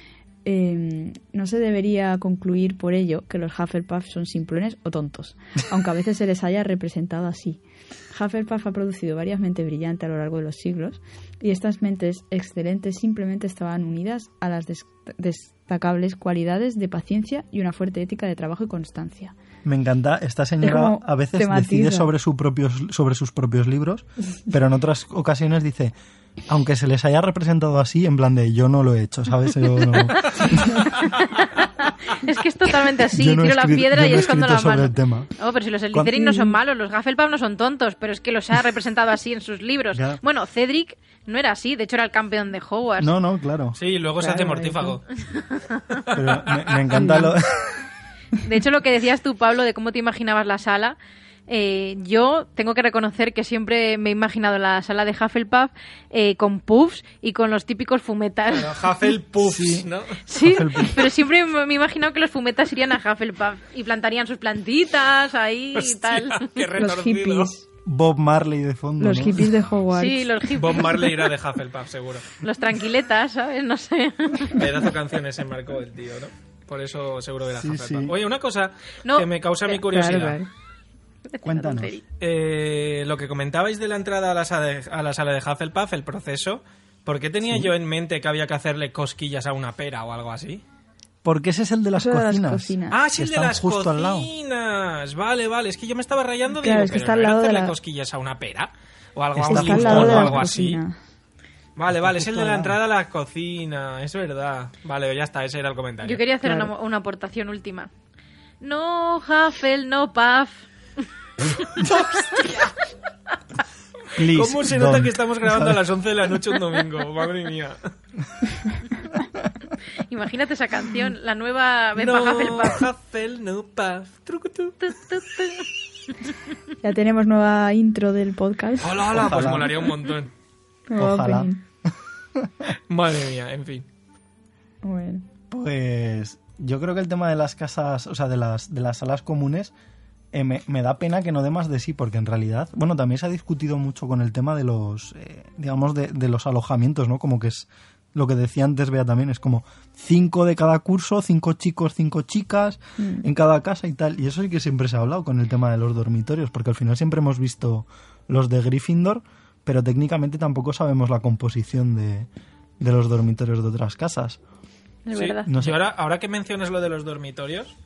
No se debería concluir por ello que los Hufflepuff son simplones o tontos, aunque a veces se les haya representado así. Hufflepuff ha producido varias mentes brillantes a lo largo de los siglos, y estas mentes excelentes simplemente estaban unidas a las destacables cualidades de paciencia y una fuerte ética de trabajo y constancia. Me encanta, esta señora a veces decide sobre sus propios libros, pero en otras ocasiones dice, aunque se les haya representado así, en plan de yo no lo he hecho, ¿sabes? Yo no... Es que es totalmente así. Yo no he Tiro la escrito- piedra yo y no he escondo escrito la sobre mano. el tema. No, pero si los Slytherin no son malos, los Hufflepuff no son tontos, pero es que los ha representado así en sus libros. Ya. Bueno, Cedric no era así, de hecho era el campeón de Hogwarts. No, claro. Sí, y luego se hace Claro, mortífago. Pero me encanta lo... De hecho, lo que decías tú, Pablo, de cómo te imaginabas la sala, yo tengo que reconocer que siempre me he imaginado la sala de Hufflepuff con puffs y con los típicos fumetas. Pero Hufflepuff, Sí. ¿no? Sí, pero siempre me he imaginado que los fumetas irían a Hufflepuff y plantarían sus plantitas ahí y Hostia, tal. qué Los retorcido. hippies. Bob Marley de fondo, Los ¿no? hippies de Hogwarts. Sí, los hippies. Bob Marley era de Hufflepuff, seguro. Los tranquiletas, ¿sabes? No sé. Pedazo de canciones se marcó el tío, ¿no? Por eso seguro que era Sí, Hufflepuff. sí. Oye, una cosa No. que me causa mi Claro, curiosidad. Claro. Cuéntanos. Lo que comentabais de la entrada a la sala de Hufflepuff, el proceso, ¿por qué tenía yo en mente que había que hacerle cosquillas a una pera o algo así? Porque ese es el de las Eso de las cocinas. cocinas. Ah, sí, el de Están las justo al lado. cocinas. Vale, es que yo me estaba rayando Claro, digo, es que pero está al ¿no era lado de hacerle la- cosquillas a una pera o algo a Está un Está al justo lado limón de o la algo así. cocina. Vale, es el de al la lado. entrada a la cocina, es verdad. Vale, ya está, ese era el comentario. Yo quería hacer Claro. una aportación última. No Huffle, no Puff. Please, ¿Cómo se nota don't. que estamos grabando a las 11 de la noche un domingo? Madre mía. Imagínate esa canción, la nueva Ven pa' No, Hufflepuff. Huffle, no Puff. Trucutú. Tu, tu, tu. Ya tenemos nueva intro del podcast. Hola, pues Ojalá. molaría un montón. Nueva Ojalá. opening. Madre mía, en fin. Bueno. Pues yo creo que el tema de las casas, o sea, de las salas comunes, me da pena que no dé más de sí, porque en realidad, bueno, también se ha discutido mucho con el tema de los, digamos, de los alojamientos, ¿no? Como que es lo que decía antes Bea también, es como 5 de cada curso, 5 chicos, 5 chicas en cada casa y tal. Y eso sí que siempre se ha hablado con el tema de los dormitorios, porque al final siempre hemos visto los de Gryffindor, pero técnicamente tampoco sabemos la composición de los dormitorios de otras casas. Es Sí, verdad. No sé. Y ahora que mencionas lo de los dormitorios,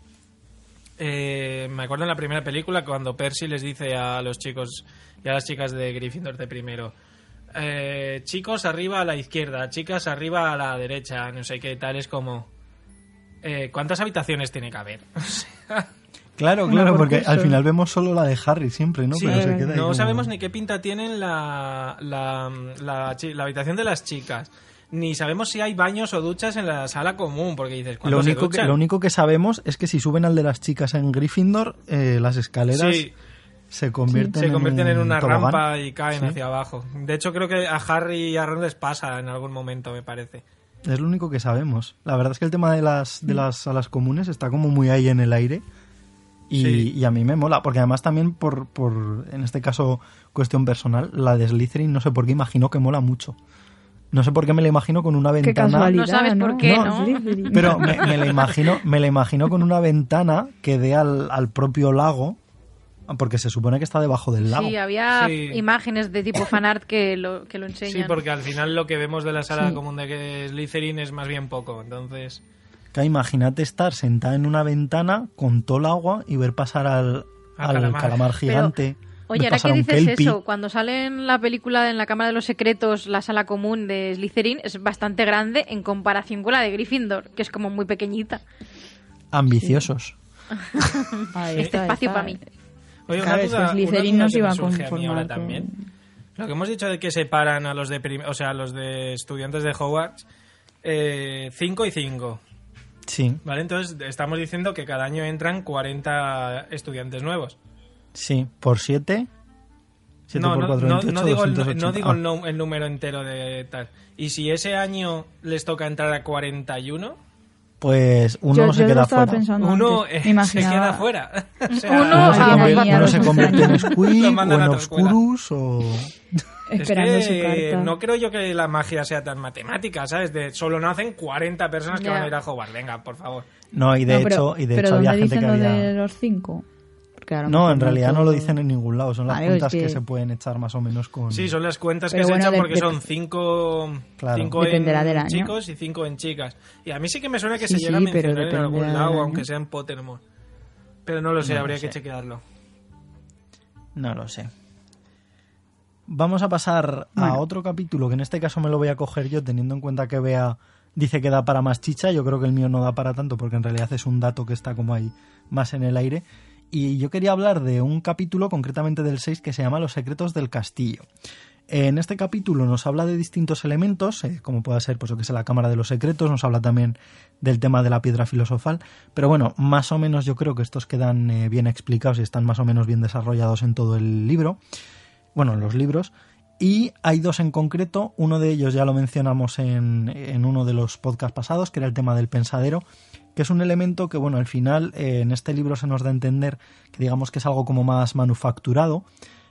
me acuerdo en la primera película cuando Percy les dice a los chicos y a las chicas de Gryffindor de primero, chicos arriba a la izquierda, chicas arriba a la derecha, no sé qué tal, es como... ¿cuántas habitaciones tiene que haber? O sea, Claro, Una claro, por porque curso. al final vemos solo la de Harry siempre, ¿no? sí, Pero se queda ahí no como- sabemos ni qué pinta tienen la habitación de las chicas. Ni sabemos si hay baños o duchas en la sala común, porque dices, ¿cuándo se duchan? Lo único que sabemos es que si suben al de las chicas en Gryffindor, las escaleras Sí, se convierten, se convierten en una tobogán. rampa y caen Sí. hacia abajo. De hecho, creo que a Harry y a Ron les pasa en algún momento, me parece. Es lo único que sabemos. La verdad es que el tema de las salas comunes está como muy ahí en el aire. Y, Sí. y a mí me mola, porque además también por, en este caso, cuestión personal, la de Slytherin no sé por qué imagino que mola mucho. No sé por qué me la imagino con una Qué ventana. casualidad, No sabes por qué, ¿no? Slytherin. Pero me la imagino con una ventana que dé al propio lago, porque se supone que está debajo del lago. Sí, había Sí. imágenes de tipo fanart que lo enseñan. Sí, porque al final lo que vemos de la sala Sí. común de Slytherin es más bien poco, entonces... Que imagínate estar sentada en una ventana con todo el agua y ver pasar al calamar gigante. Oye, ver ahora pasar que un dices kelpie. eso, cuando sale en la película en la Cámara de los Secretos, la sala común de Slytherin es bastante grande en comparación con la de Gryffindor, que es como muy pequeñita. Ambiciosos. Ahí Este está, espacio está. para mí. Oye, Claro, es que Slytherin duda no se que iba me a surge a mí ahora conformar también. con... Lo que hemos dicho de que separan a los de a los de estudiantes de Hogwarts 5 y 5, Sí, ¿vale? Entonces estamos diciendo que cada año entran 40 estudiantes nuevos. sí. Por 7. 7 No, por no, 4, no, 28, no digo, 280. no digo el número entero de tal. Y si ese año les toca entrar a 41, Pues uno Yo se lo queda estaba fuera. pensando uno antes. Me se imaginaba- queda fuera. O sea, Uno Uno se Ah, convierte- pues uno vale. se convierte en Squib Lo o mandan en a otra escuela. Obscurus o... Esperando es su que carta. no creo yo que la magia sea tan matemática, ¿sabes? De solo nacen 40 personas que Ya. van a ir a jugar. Venga, por favor. No, y de No, pero, hecho, pero había ¿dónde gente dicen que lo había... de los 5? Porque a lo No, mejor en realidad no lo todo- dicen en ningún lado. Son las Vale, cuentas es que que- se pueden echar más o menos con... Sí, son las cuentas que Pero se bueno, echan porque de- son 5 Claro. Dependerá del año. chicos y 5 en chicas. Y a mí sí que me suena que Sí, se llega a sí, pero mencionar en algún dependerá lado, del aunque año. sea en Pottermore. Pero no lo sé, No lo habría sé. que chequearlo. No lo sé. Vamos a pasar a otro capítulo, que en este caso me lo voy a coger yo, teniendo en cuenta que Bea dice que da para más chicha. Yo creo que el mío no da para tanto, porque en realidad es un dato que está como ahí más en el aire. Y yo quería hablar de un capítulo, concretamente del 6, que se llama Los secretos del castillo. En este capítulo nos habla de distintos elementos, como pueda ser pues, lo que es la Cámara de los Secretos, nos habla también del tema de la piedra filosofal, pero bueno, más o menos yo creo que estos quedan bien explicados y están más o menos bien desarrollados en todo el libro, bueno, en los libros, y hay dos en concreto. Uno de ellos ya lo mencionamos en uno de los podcasts pasados, que era el tema del pensadero, que es un elemento que, bueno, al final en este libro se nos da a entender que digamos que es algo como más manufacturado,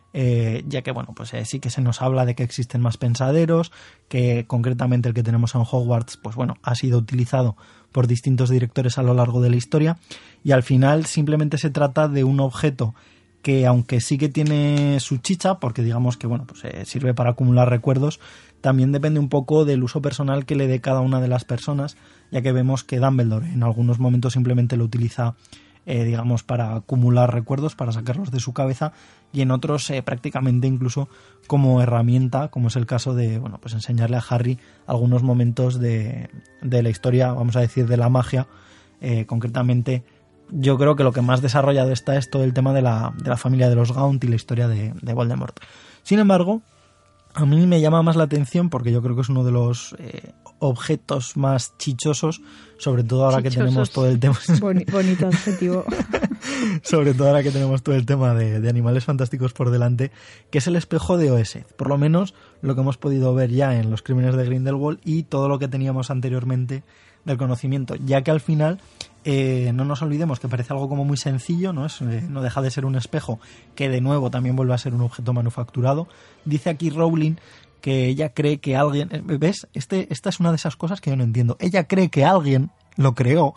ya que bueno, pues sí que se nos habla de que existen más pensaderos, que concretamente el que tenemos en Hogwarts, pues bueno, ha sido utilizado por distintos directores a lo largo de la historia, y al final simplemente se trata de un objeto que, aunque sí que tiene su chicha, porque digamos que bueno, pues sirve para acumular recuerdos, también depende un poco del uso personal que le dé cada una de las personas, ya que vemos que Dumbledore en algunos momentos simplemente lo utiliza digamos, para acumular recuerdos, para sacarlos de su cabeza, y en otros prácticamente incluso como herramienta, como es el caso de, bueno, pues enseñarle a Harry algunos momentos de la historia, vamos a decir, de la magia. Concretamente, yo creo que lo que más desarrollado está es todo el tema de la familia de los Gaunt y la historia de Voldemort. Sin embargo, a mí me llama más la atención porque yo creo que es uno de los objetos más chichosos, sobre todo ahora que tenemos todo el tema... Bonito adjetivo. Sobre todo ahora que tenemos todo el tema de Animales Fantásticos por delante, que es el espejo de Oeseth. Por lo menos lo que hemos podido ver ya en Los Crímenes de Grindelwald y todo lo que teníamos anteriormente del conocimiento, ya que al final no nos olvidemos que parece algo como muy sencillo, ¿no? No deja de ser un espejo que de nuevo también vuelve a ser un objeto manufacturado. Dice aquí Rowling que ella cree que alguien... ¿Ves? Esta es una de esas cosas que yo no entiendo. Ella cree que alguien lo creó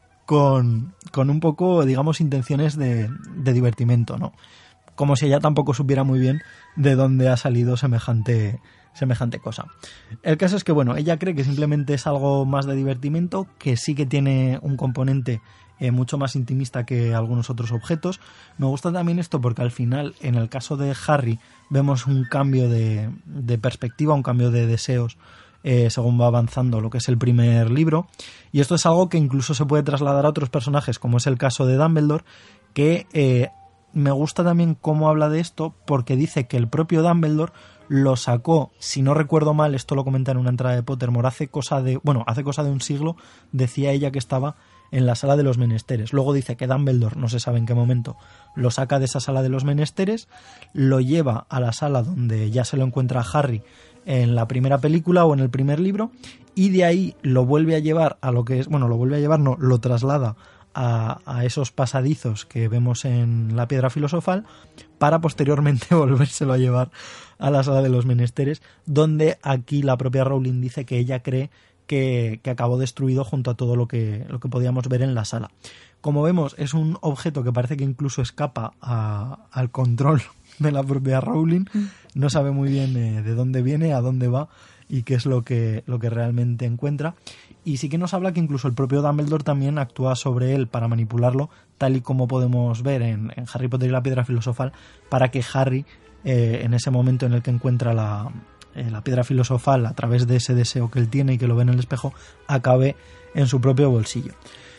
con un poco, digamos, intenciones de divertimento, ¿no? Como si ella tampoco supiera muy bien de dónde ha salido semejante cosa. El caso es que, bueno, ella cree que simplemente es algo más de divertimento, que sí que tiene un componente mucho más intimista que algunos otros objetos. Me gusta también esto porque al final, en el caso de Harry, vemos un cambio de perspectiva, un cambio de deseos según va avanzando lo que es el primer libro, y esto es algo que incluso se puede trasladar a otros personajes, como es el caso de Dumbledore, que me gusta también cómo habla de esto, porque dice que el propio Dumbledore lo sacó, si no recuerdo mal, esto lo comenta en una entrada de Pottermore, hace cosa de un siglo, decía ella que estaba en la sala de los menesteres. Luego dice que Dumbledore, no se sabe en qué momento, lo saca de esa sala de los menesteres, lo lleva a la sala donde ya se lo encuentra a Harry en la primera película o en el primer libro, y de ahí lo vuelve a llevar a lo que es, bueno, lo traslada a esos pasadizos que vemos en la Piedra Filosofal, para posteriormente volvérselo a llevar a la sala de los menesteres, donde aquí la propia Rowling dice que ella cree que acabó destruido junto a todo lo que podíamos ver en la sala. Como vemos, es un objeto que parece que incluso escapa al control de la propia Rowling. No sabe muy bien de dónde viene, a dónde va y qué es lo que realmente encuentra. Y sí que nos habla que incluso el propio Dumbledore también actúa sobre él para manipularlo, tal y como podemos ver en Harry Potter y la Piedra Filosofal, para que Harry, en ese momento en el que encuentra la Piedra Filosofal, a través de ese deseo que él tiene y que lo ve en el espejo, acabe en su propio bolsillo.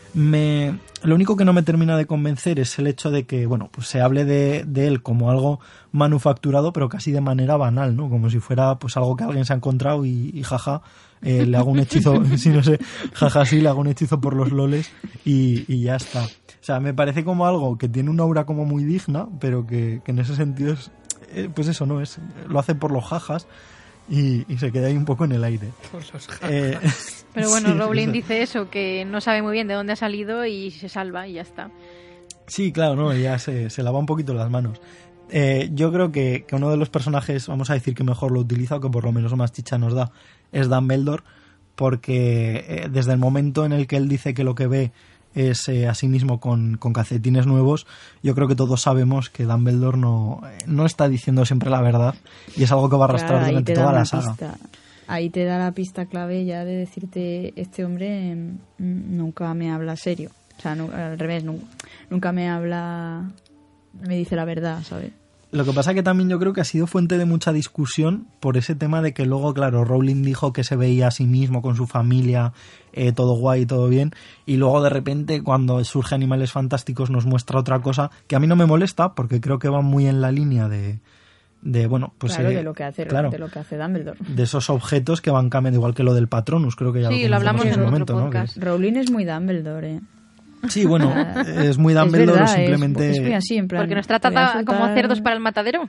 Lo único que no me termina de convencer es el hecho de que, bueno, pues se hable de él como algo manufacturado, pero casi de manera banal, ¿no? Como si fuera pues algo que alguien se ha encontrado y jaja, le hago un hechizo, si no sé, jaja, sí, le hago un hechizo por los loles y ya está. O sea, me parece como algo que tiene una aura como muy digna, pero que en ese sentido es, pues eso, ¿no? Lo hace por los jajas. Y se queda ahí un poco en el aire. Por los jajas. Pero bueno, sí, Rowling dice eso, que no sabe muy bien de dónde ha salido y se salva y ya está. Sí, claro, no, ya se lava un poquito las manos. Yo creo que uno de los personajes, vamos a decir que mejor lo utiliza, o que por lo menos más chicha nos da, es Dumbledore, porque desde el momento en el que él dice que lo que ve es a sí mismo con calcetines nuevos, yo creo que todos sabemos que Dumbledore no está diciendo siempre la verdad, y es algo que va a arrastrar durante toda la saga. Ahí te da la pista clave ya de decirte, este hombre nunca me habla serio, o sea, al revés, nunca me dice la verdad, ¿sabes? Lo que pasa que también yo creo que ha sido fuente de mucha discusión por ese tema de que luego, claro, Rowling dijo que se veía a sí mismo con su familia, todo guay, todo bien, y luego de repente cuando surge Animales Fantásticos nos muestra otra cosa que a mí no me molesta porque creo que va muy en la línea de bueno, pues claro, de lo que hace Dumbledore. De esos objetos que van cambiando, igual que lo del Patronus, creo que ya lo hablamos en otro podcast. ¿No? Rowling es muy Dumbledore, Sí, bueno, es muy Dumbledore, verdad, simplemente... Es muy así, en plan... Porque nos trata como cerdos para el matadero.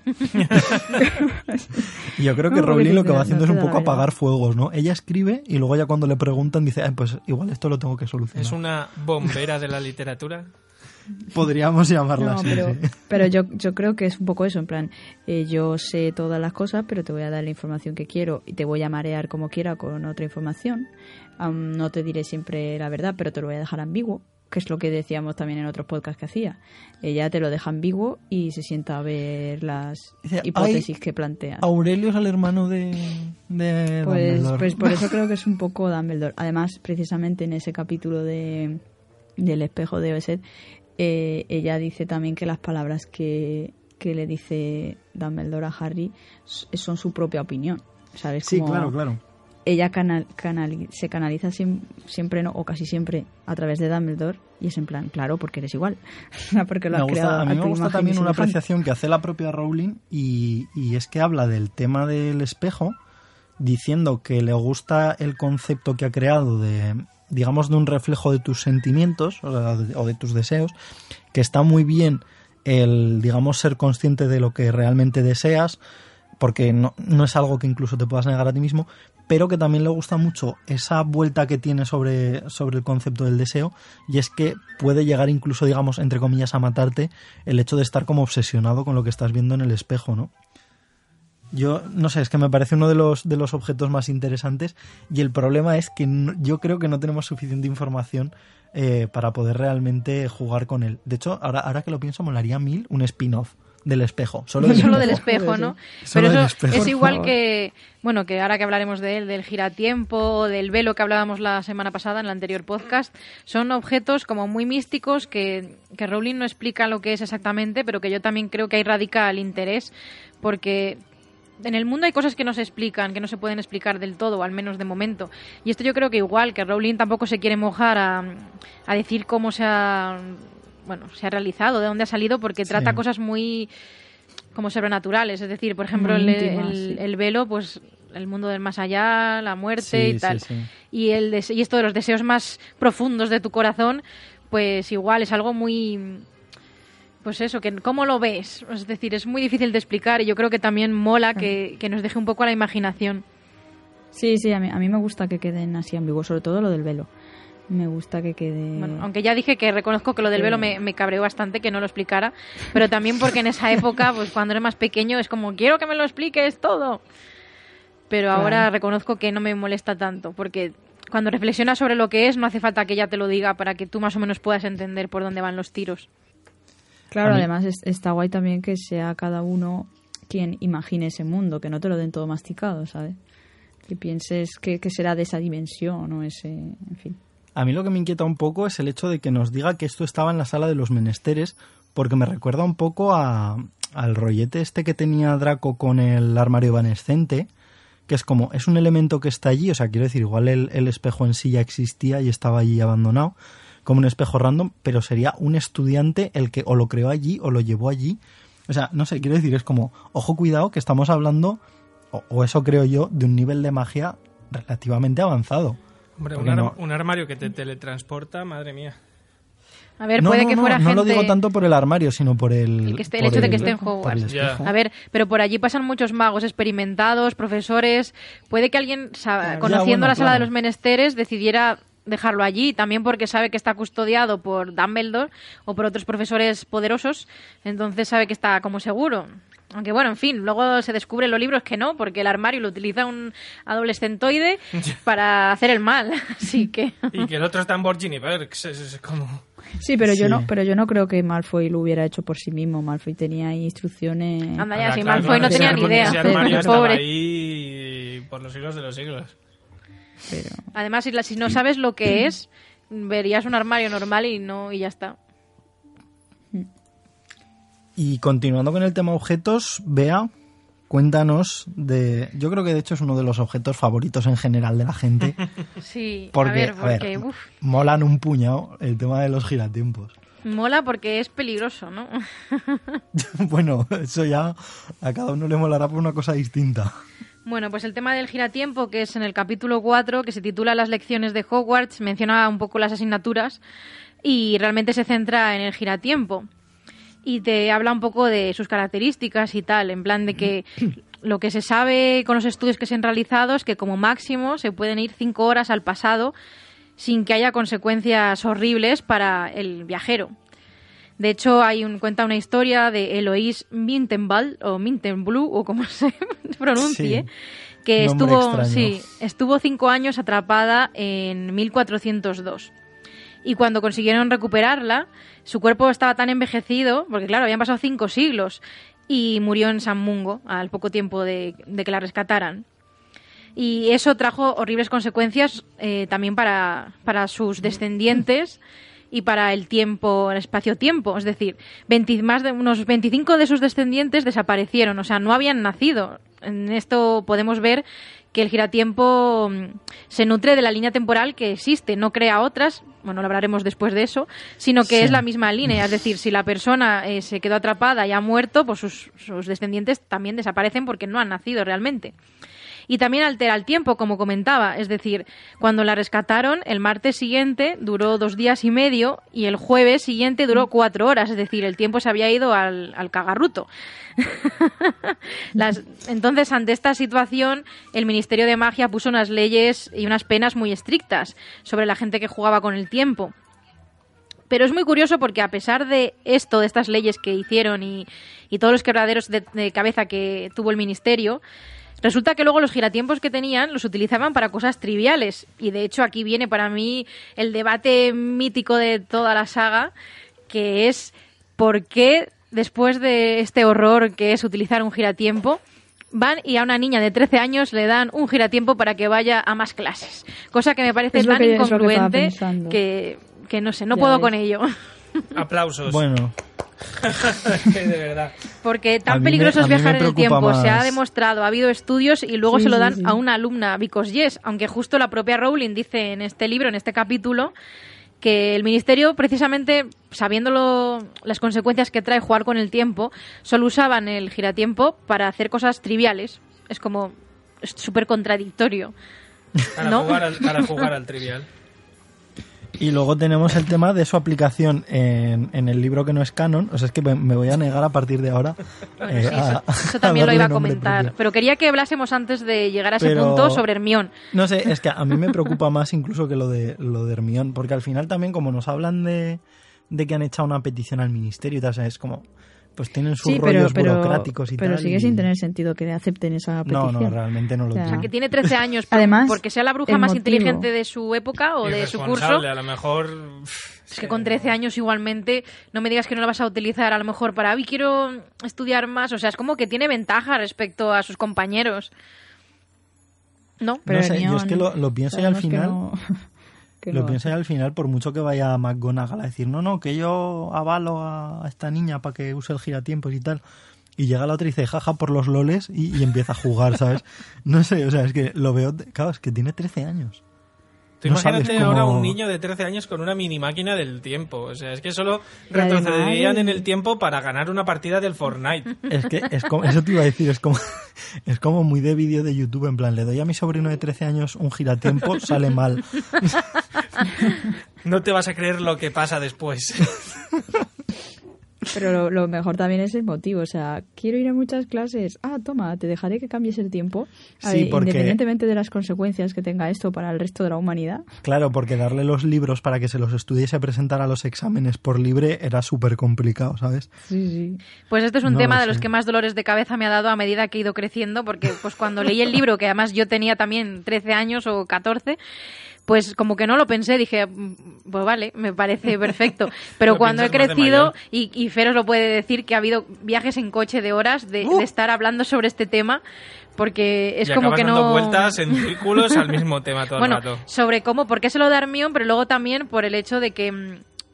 Yo creo que Rowling lo que va haciendo es un poco apagar fuegos, ¿no? Ella escribe y luego ya cuando le preguntan dice, pues igual esto lo tengo que solucionar. ¿Es una bombera de la literatura? Podríamos llamarla así, pero yo creo que es un poco eso, en plan, yo sé todas las cosas, pero te voy a dar la información que quiero y te voy a marear como quiera con otra información. No te diré siempre la verdad, pero te lo voy a dejar ambiguo, que es lo que decíamos también en otros podcasts que hacía. Ella te lo deja ambiguo y se sienta a ver las hipótesis que plantea. Aurelio es el hermano de Dumbledore. Pues por eso creo que es un poco Dumbledore. Además, precisamente en ese capítulo del espejo de Oeset, ella dice también que las palabras que le dice Dumbledore a Harry son su propia opinión, ¿sabes? Sí, claro. Ella se canaliza siempre, no, o casi siempre, a través de Dumbledore, y es en plan, claro, porque eres igual. Porque lo has creado. A mí me gusta también una apreciación que hace la propia Rowling, y es que habla del tema del espejo, diciendo que le gusta el concepto que ha creado de un reflejo de tus sentimientos o de tus deseos, que está muy bien el, ser consciente de lo que realmente deseas, porque no es algo que incluso te puedas negar a ti mismo, pero que también le gusta mucho esa vuelta que tiene sobre el concepto del deseo, y es que puede llegar incluso, entre comillas, a matarte el hecho de estar como obsesionado con lo que estás viendo en el espejo, ¿no? Yo no sé, es que me parece uno de los objetos más interesantes, y el problema es que yo creo que no tenemos suficiente información para poder realmente jugar con él. De hecho, ahora que lo pienso, molaría mil un spin-off del espejo. Solo del espejo, ¿no? Pero eso es igual que, que ahora que hablaremos de él, del giratiempo o del velo que hablábamos la semana pasada en el anterior podcast, son objetos como muy místicos que Rowling no explica lo que es exactamente, pero que yo también creo que ahí radica el interés, porque en el mundo hay cosas que no se explican, que no se pueden explicar del todo, al menos de momento. Y esto yo creo que igual, que Rowling tampoco se quiere mojar a decir cómo se ha realizado, de dónde ha salido, porque trata cosas muy como sobrenaturales. Es decir, por ejemplo, el velo, pues el mundo del más allá, la muerte y tal. Sí. Y esto de los deseos más profundos de tu corazón, pues igual es algo muy... Pues eso, que ¿cómo lo ves? Es decir, es muy difícil de explicar, y yo creo que también mola que nos deje un poco a la imaginación. Sí, a mí me gusta que queden así ambiguos, sobre todo lo del velo. Me gusta que quede... Bueno, aunque ya dije que reconozco que lo del velo me cabreó bastante que no lo explicara, pero también porque en esa época, pues cuando eres más pequeño, es como, quiero que me lo expliques todo. Pero ahora reconozco que no me molesta tanto, porque cuando reflexionas sobre lo que es, no hace falta que ella te lo diga para que tú más o menos puedas entender por dónde van los tiros. Claro, además está guay también que sea cada uno quien imagine ese mundo, que no te lo den todo masticado, ¿sabes? Que pienses que será de esa dimensión o ese... En fin. A mí lo que me inquieta un poco es el hecho de que nos diga que esto estaba en la sala de los menesteres, porque me recuerda un poco al rollete este que tenía Draco con el armario evanescente, que es como, es un elemento que está allí, o sea, quiero decir, igual el espejo en sí ya existía y estaba allí abandonado, como un espejo random, pero sería un estudiante el que o lo creó allí o lo llevó allí. O sea, no sé, quiero decir, es como, ojo, cuidado, que estamos hablando, o eso creo yo, de un nivel de magia relativamente avanzado. Hombre, un armario que te teletransporta, madre mía. A ver, puede que fuera gente... No lo digo tanto por el armario, sino por el hecho de que esté en Hogwarts. A ver, pero por allí pasan muchos magos experimentados, profesores. Puede que alguien, conociendo la sala de los menesteres, decidiera dejarlo allí, también porque sabe que está custodiado por Dumbledore o por otros profesores poderosos, entonces sabe que está como seguro. Aunque bueno, en fin, luego se descubre en los libros que no, porque el armario lo utiliza un adolescentoide para hacer el mal, así que... Y que el otro está en Borgini Perks, es como... Sí, pero yo no creo que Malfoy lo hubiera hecho por sí mismo. Malfoy tenía ahí instrucciones... Anda ya, si Malfoy no tenía ni idea. Ese armario estaba ahí por los siglos de los siglos. Pero... Además, si no sabes lo que es, verías un armario normal y ya está. Y continuando con el tema objetos, Bea, cuéntanos de... Yo creo que de hecho es uno de los objetos favoritos en general de la gente. Sí, porque uf. Molan un puñado el tema de los giratiempos. Mola porque es peligroso, ¿no? Bueno, eso ya a cada uno le molará por una cosa distinta. Bueno, pues el tema del giratiempo, que es en el capítulo 4, que se titula Las lecciones de Hogwarts, menciona un poco las asignaturas y realmente se centra en el giratiempo. Y te habla un poco de sus características y tal, en plan de que lo que se sabe con los estudios que se han realizado es que como máximo se pueden ir 5 horas al pasado sin que haya consecuencias horribles para el viajero. De hecho, cuenta una historia de Eloise Mintenball, o Mintenblue, o como se pronuncie, sí, que estuvo 5 años atrapada en 1402. Y cuando consiguieron recuperarla, su cuerpo estaba tan envejecido, porque claro, habían pasado 5 siglos, y murió en San Mungo al poco tiempo de que la rescataran. Y eso trajo horribles consecuencias también para sus descendientes y para el tiempo, el espacio-tiempo. Es decir, más de unos 25 de sus descendientes desaparecieron, o sea, no habían nacido. En esto podemos ver que el giratiempo se nutre de la línea temporal que existe, no crea otras, bueno, lo hablaremos después de eso, sino que es la misma línea. Es decir, si la persona se quedó atrapada y ha muerto, pues sus descendientes también desaparecen porque no han nacido realmente. Y también altera el tiempo, como comentaba. Es decir, cuando la rescataron, el martes siguiente duró 2 días y medio y el jueves siguiente duró 4 horas. Es decir, el tiempo se había ido al cagarruto. Entonces, ante esta situación, el Ministerio de Magia puso unas leyes y unas penas muy estrictas sobre la gente que jugaba con el tiempo. Pero es muy curioso porque a pesar de esto, de estas leyes que hicieron y todos los quebraderos de cabeza que tuvo el Ministerio, resulta que luego los giratiempos que tenían los utilizaban para cosas triviales. Y de hecho aquí viene para mí el debate mítico de toda la saga, que es por qué después de este horror que es utilizar un giratiempo, van y a una niña de 13 años le dan un giratiempo para que vaya a más clases. Cosa que me parece tan incongruente que no sé, no puedo con ello. Aplausos. Bueno. De verdad. Porque tan peligroso es viajar en el tiempo, más. Se ha demostrado, ha habido estudios y luego se lo dan a una alumna, because yes, aunque justo la propia Rowling dice en este libro, en este capítulo, que el Ministerio, precisamente sabiendo las consecuencias que trae jugar con el tiempo, solo usaban el giratiempo para hacer cosas triviales. Es súper contradictorio. Para jugar al trivial. Y luego tenemos el tema de su aplicación en el libro que no es canon. O sea, es que me voy a negar a partir de ahora. Bueno, sí, eso también lo iba a comentar. Pero quería que hablásemos antes de llegar a ese punto sobre Hermione. No sé, es que a mí me preocupa más incluso que lo de Hermione. Porque al final también, como nos hablan de que han echado una petición al ministerio y tal, o sea, es como... Pues tienen sus rollos burocráticos y tal. Pero sigue sin tener sentido que acepten esa petición. No, realmente no lo tiene. O sea, que tiene 13 años, además, porque sea la bruja más inteligente de su época o de su curso. A lo mejor... Es que con 13 años igualmente, no me digas que no la vas a utilizar a lo mejor para, quiero estudiar más. O sea, es como que tiene ventaja respecto a sus compañeros. ¿No? Pero no sé, yo es que lo pienso y al final... pienso al final, por mucho que vaya McGonagall a decir, no, que yo avalo a esta niña para que use el giratiempos y tal, y llega la otra y dice jaja por los loles y empieza a jugar, ¿sabes? No sé, o sea, es que lo veo, claro, es que tiene 13 años. Tú imagínate ahora un niño de 13 años con una mini máquina del tiempo. O sea, es que solo retrocederían en el tiempo para ganar una partida del Fortnite. Es que eso te iba a decir, es como muy de vídeo de YouTube, en plan, le doy a mi sobrino de 13 años un giratiempo, sale mal. No te vas a creer lo que pasa después. Pero lo mejor también es el motivo, o sea, quiero ir a muchas clases, toma, te dejaré que cambies el tiempo, sí, porque... independientemente de las consecuencias que tenga esto para el resto de la humanidad. Claro, porque darle los libros para que se los estudiese a presentar a los exámenes por libre era súper complicado, ¿sabes? Sí. Pues este es un tema de los que más dolores de cabeza me ha dado a medida que he ido creciendo, porque pues cuando leí el libro, que además yo tenía también 13 años o 14... Pues como que no lo pensé, dije, pues vale, me parece perfecto. Pero cuando he crecido, y Fer os lo puede decir, que ha habido viajes en coche de horas de estar hablando sobre este tema, porque es como que no... dando vueltas en círculos al mismo tema todo el rato. Sobre por qué se lo da Hermione, pero luego también por el hecho de que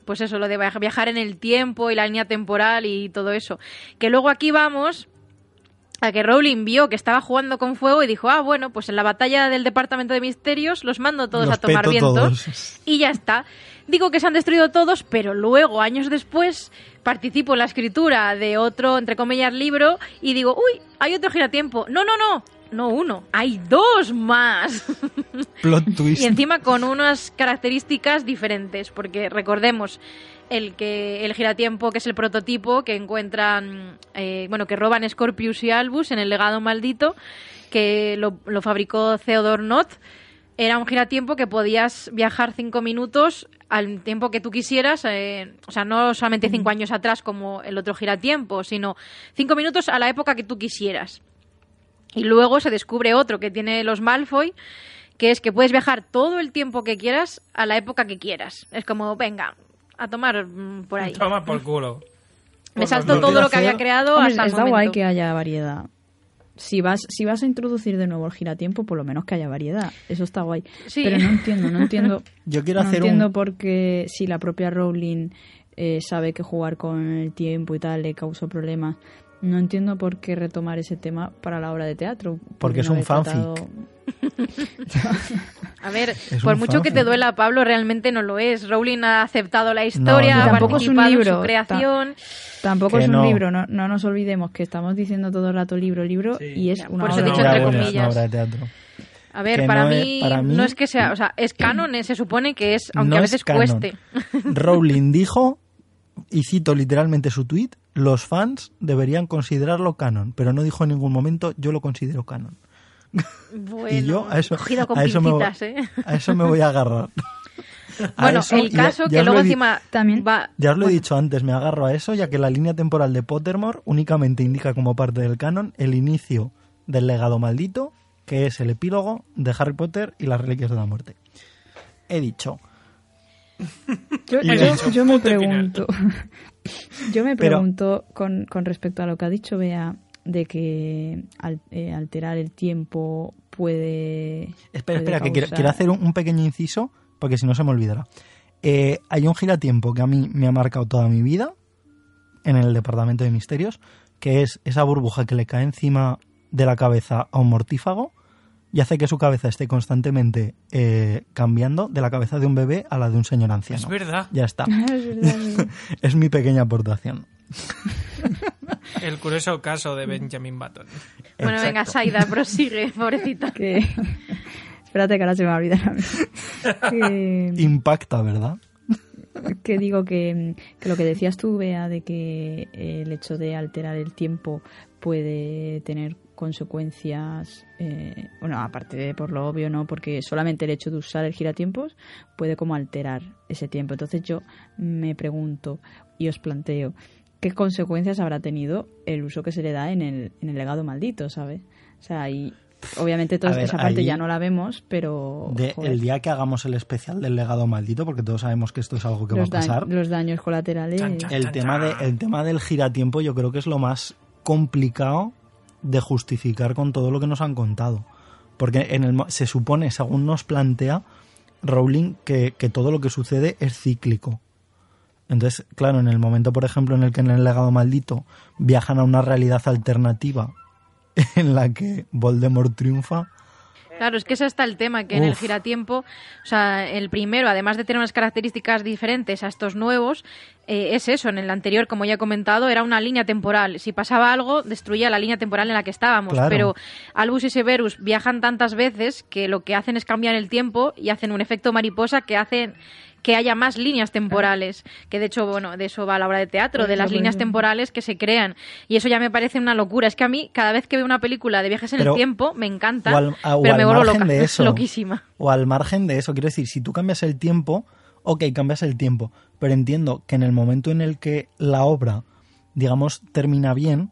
pues eso, lo de viajar en el tiempo y la línea temporal y todo eso. Que luego aquí vamos a que Rowling vio que estaba jugando con fuego y dijo, bueno, pues en la batalla del Departamento de Misterios los mando todos a tomar vientos y ya está. Digo que se han destruido todos, pero luego, años después, participo en la escritura de otro, entre comillas, libro y digo, uy, hay otro giratiempo. No uno, hay 2 más. Plot twist. Y encima con unas características diferentes, porque recordemos el giratiempo, que es el prototipo que encuentran, que roban Scorpius y Albus en el legado maldito, que lo fabricó Theodore Nott. Era un giratiempo que podías viajar 5 minutos al tiempo que tú quisieras, o sea, no solamente 5 años atrás como el otro giratiempo, sino 5 minutos a la época que tú quisieras. Y luego se descubre otro que tiene los Malfoy, que es que puedes viajar todo el tiempo que quieras a la época que quieras. Es como, venga, a tomar por ahí. Toma por culo. Me salto todo lo que había creado hasta el momento. Está guay que haya variedad. Si vas a introducir de nuevo el giratiempo, por lo menos que haya variedad. Eso está guay. Sí. Pero no entiendo. Yo quiero hacer por qué, si la propia Rowling sabe que jugar con el tiempo y tal le causó problemas. No entiendo por qué retomar ese tema para la obra de teatro. Porque es un fanfic. A ver, por mucho que te duela, Pablo, realmente no lo es. Rowling ha aceptado la historia, ha tampoco es un libro, en su creación. Tampoco es un libro, no nos olvidemos que estamos diciendo todo el rato libro, sí. y es una por obra, eso he dicho entre comillas. Una obra de teatro. A ver, para mí no es que sea, o sea, es canon, se supone que es, aunque a veces cueste. Rowling dijo, y cito literalmente su tuit, los fans deberían considerarlo canon, pero no dijo en ningún momento yo lo considero canon. Bueno, y yo a eso me voy a agarrar. Bueno, el caso que luego encima también va... Ya os lo he dicho antes, me agarro a eso, ya que la línea temporal de Pottermore únicamente indica como parte del canon el inicio del legado maldito, que es el epílogo de Harry Potter y las Reliquias de la Muerte. He dicho... Yo me pregunto con respecto a lo que ha dicho Bea de que alterar el tiempo puede... Espera, que quiero hacer un pequeño inciso, porque si no se me olvidará. Hay un giratiempo que a mí me ha marcado toda mi vida en el Departamento de Misterios, que es esa burbuja que le cae encima de la cabeza a un mortífago y hace que su cabeza esté constantemente cambiando de la cabeza de un bebé a la de un señor anciano. Es verdad. Ya está. Es mi pequeña aportación. El curioso caso de Benjamin Button. Bueno, Exacto. Venga, Saida, prosigue, pobrecita. Espérate que ahora se me va a olvidar a mí. Impacta, ¿verdad? Que digo que lo que decías tú, Bea, de que el hecho de alterar el tiempo puede tener consecuencias, aparte de por lo obvio, ¿no? Porque solamente el hecho de usar el giratiempos puede como alterar ese tiempo. Entonces yo me pregunto y os planteo, ¿qué consecuencias habrá tenido el uso que se le da en el legado maldito, ¿sabes? O sea, y obviamente toda esa parte ya no la vemos, pero... El día que hagamos el especial del legado maldito, porque todos sabemos que esto es algo que va a pasar... Los daños colaterales... El tema del giratiempo yo creo que es lo más complicado de justificar con todo lo que nos han contado. Porque se supone, según nos plantea Rowling, que todo lo que sucede es cíclico. Entonces, claro, en el momento, por ejemplo, en el que en el legado maldito viajan a una realidad alternativa en la que Voldemort triunfa... Claro, es que ese está el tema, que en el giratiempo, o sea, el primero, además de tener unas características diferentes a estos nuevos, es eso, en el anterior, como ya he comentado, era una línea temporal. Si pasaba algo, destruía la línea temporal en la que estábamos. Claro. Pero Albus y Severus viajan tantas veces que lo que hacen es cambiar el tiempo y hacen un efecto mariposa que hacen que haya más líneas temporales, que de hecho, bueno, de eso va la obra de teatro, de las líneas temporales que se crean, y eso ya me parece una locura. Es que a mí, cada vez que veo una película de viajes en el tiempo, me encanta, pero me vuelvo loca, es loquísima. O al margen de eso, quiero decir, si tú cambias el tiempo, ok, cambias el tiempo, pero entiendo que en el momento en el que la obra, digamos, termina bien,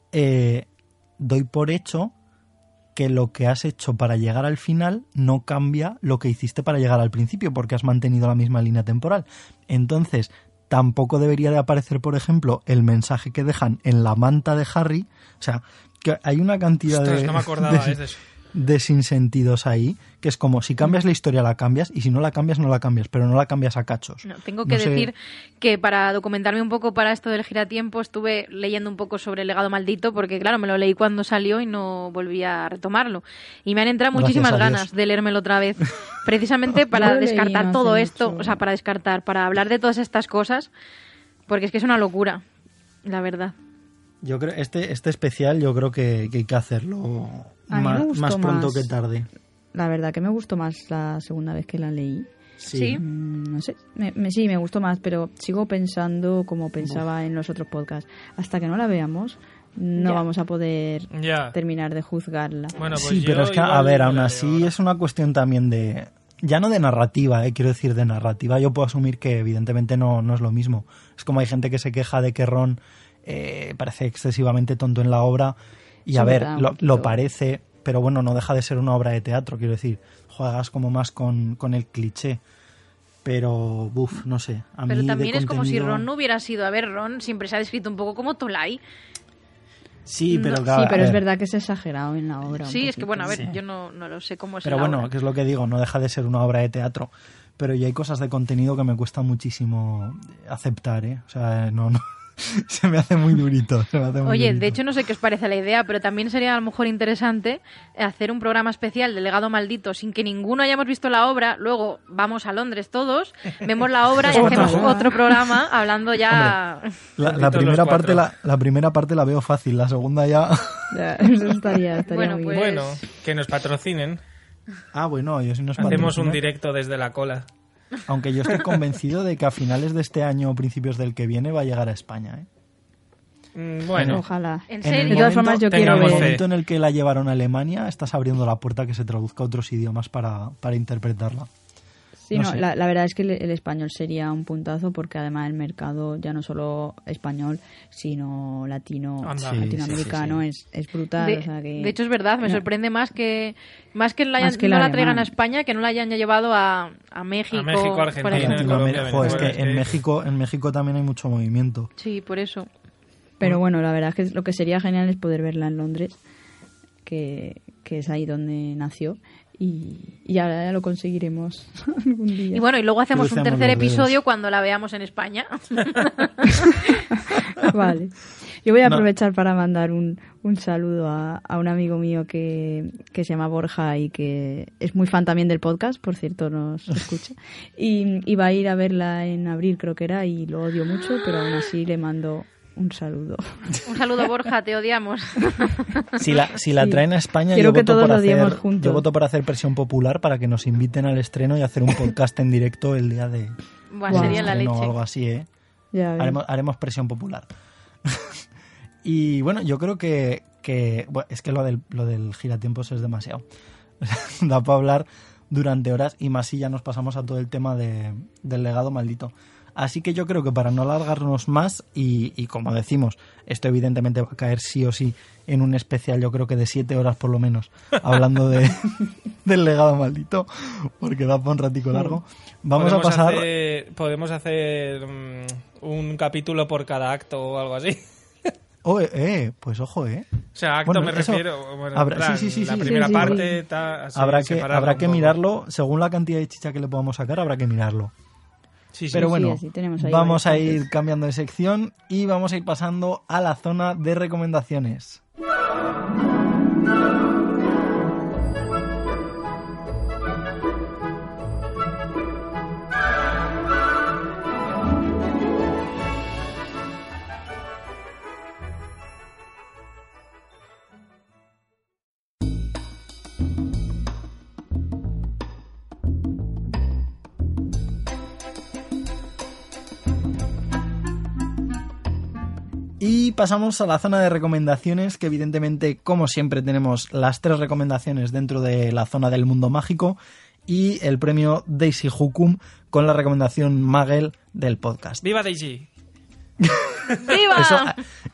doy por hecho que lo que has hecho para llegar al final no cambia lo que hiciste para llegar al principio, porque has mantenido la misma línea temporal. Entonces, tampoco debería de aparecer, por ejemplo, el mensaje que dejan en la manta de Harry. O sea, que hay una cantidad no me acordaba de eso. de sinsentidos ahí, que es como si cambias la historia la cambias y si no la cambias no la cambias, pero no la cambias a cachos. No, tengo que decir que para documentarme un poco para esto del giratiempo estuve leyendo un poco sobre El legado maldito porque claro, me lo leí cuando salió y no volví a retomarlo. Y me han entrado muchísimas ganas de leérmelo otra vez, precisamente para descartar todo esto, o sea, para hablar de todas estas cosas, porque es que es una locura, la verdad. Yo creo este especial yo creo que hay que hacerlo más pronto que tarde. La verdad que me gustó más la segunda vez que la leí. Sí. No sé, sí, me gustó más, pero sigo pensando como pensaba en los otros podcasts. Hasta que no la veamos, no vamos a poder terminar de juzgarla. Bueno, pues sí, pero es que, a ver, aún así es una cuestión también de... Ya no de narrativa, quiero decir de narrativa. Yo puedo asumir que evidentemente no es lo mismo. Es como hay gente que se queja de que Ron... parece excesivamente tonto en la obra y sí, a ver, lo parece, pero bueno, no deja de ser una obra de teatro, quiero decir, juegas como más con el cliché, pero no sé, a pero mí también es contenido... como si Ron no hubiera sido, a ver, Ron siempre se ha descrito un poco como Tolai. Sí, pero claro, sí, pero es verdad que es exagerado en la obra. Sí, es que bueno, a ver, yo no lo sé cómo es. Pero bueno, obra. Que es lo que digo, no deja de ser una obra de teatro, pero ya hay cosas de contenido que me cuesta muchísimo aceptar, o sea, no se me hace muy durito. Oye, de hecho no sé qué os parece la idea, pero también sería a lo mejor interesante hacer un programa especial de Legado Maldito sin que ninguno hayamos visto la obra, luego vamos a Londres todos, vemos la obra y hacemos otro programa hablando ya... Hombre, la primera parte la veo fácil, la segunda ya... Eso estaría bueno, muy pues... Bueno, que nos patrocinen. Bueno, yo sí nos hacemos un directo desde la cola. Aunque yo estoy convencido de que a finales de este año o principios del que viene va a llegar a España, Bueno, ojalá. ¿En serio? De todas formas, yo quiero ver. En el momento en el que la llevaron a Alemania, estás abriendo la puerta a que se traduzca a otros idiomas para interpretarla. Sí, la verdad es que el español sería un puntazo porque además el mercado ya no solo español, sino latinoamericano sí. Es brutal. De hecho es verdad, me sorprende más que no la traigan a España, que no la hayan llevado a México. A México, Argentina, Colombia, es que en México también hay mucho movimiento. Sí, por eso. Pero bueno, la verdad es que lo que sería genial es poder verla en Londres, que es ahí donde nació. Y ya lo conseguiremos algún día. Y bueno, y luego hacemos un tercer episodio cuando la veamos en España. Vale. Yo voy a aprovechar para mandar un saludo a un amigo mío que se llama Borja y que es muy fan también del podcast, por cierto, nos escucha. Y va a ir a verla en abril, creo que era, y lo odio mucho, pero aún así le mando... un saludo. Un saludo, Borja, te odiamos. Si la traen a España, yo voto por hacer presión popular para que nos inviten al estreno y hacer un podcast en directo el día de sería la leche. O algo así, haremos presión popular. Y bueno, yo creo que es que lo del giratiempos es demasiado. Da para hablar durante horas y más si ya nos pasamos a todo el tema del legado maldito. Así que yo creo que para no alargarnos más y como decimos, esto evidentemente va a caer sí o sí en un especial, yo creo que de 7 horas por lo menos, hablando del legado maldito, porque da para un ratico largo. Podemos hacer un capítulo por cada acto o algo así. Pues ojo, O sea, acto me refiero... la primera parte... Habrá que mirarlo, según la cantidad de chicha que le podamos sacar, habrá que mirarlo. Pero bueno, vamos a ir cambiando de sección y vamos a ir pasando a la zona de recomendaciones. Y pasamos a la zona de recomendaciones, que evidentemente, como siempre, tenemos las 3 recomendaciones dentro de la zona del mundo mágico y el premio Daisy Hukum con la recomendación Magel del podcast. ¡Viva Daisy! ¡Viva!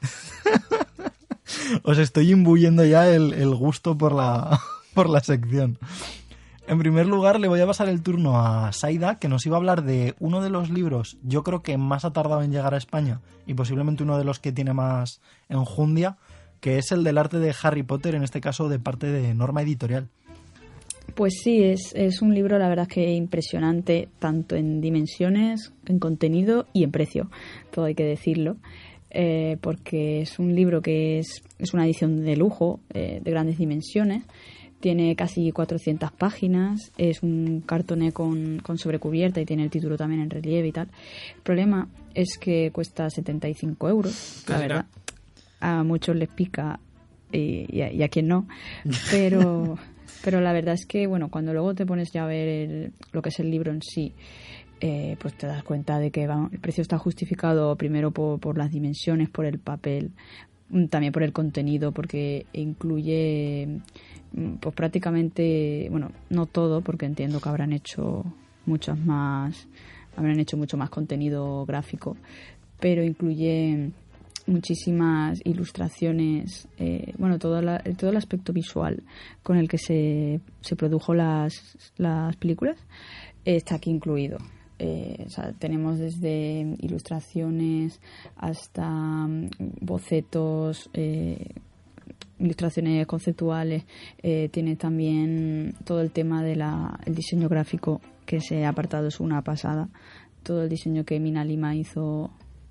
Os estoy imbuyendo ya el gusto por la sección. En primer lugar, le voy a pasar el turno a Saida, que nos iba a hablar de uno de los libros, yo creo que más ha tardado en llegar a España y posiblemente uno de los que tiene más enjundia, que es el del arte de Harry Potter, en este caso de parte de Norma Editorial. Pues sí, es un libro, la verdad, que impresionante, tanto en dimensiones, en contenido y en precio, todo hay que decirlo, porque es un libro que es una edición de lujo, de grandes dimensiones, tiene casi 400 páginas, es un cartoné con sobrecubierta y tiene el título también en relieve y tal. El problema es que cuesta 75 euros, la verdad. A muchos les pica y a quien no, pero la verdad es que, bueno, cuando luego te pones ya a ver lo que es el libro en sí, pues te das cuenta de que el precio está justificado primero por las dimensiones, por el papel, también por el contenido, porque incluye pues prácticamente, bueno, no todo, porque entiendo que habrán hecho mucho más contenido gráfico, pero incluye muchísimas ilustraciones, todo el aspecto visual con el que se produjo las películas está aquí incluido. Tenemos desde ilustraciones hasta bocetos, ilustraciones conceptuales, tiene también todo el tema de el diseño gráfico, que ese apartado es una pasada, todo el diseño que Mina Lima hizo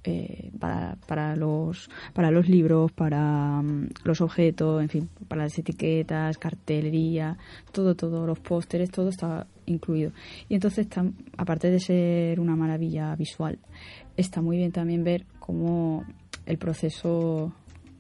para los libros, para los objetos, en fin, para las etiquetas, cartelería, todo, los pósteres, todo está incluido. Y entonces, aparte de ser una maravilla visual, está muy bien también ver cómo el proceso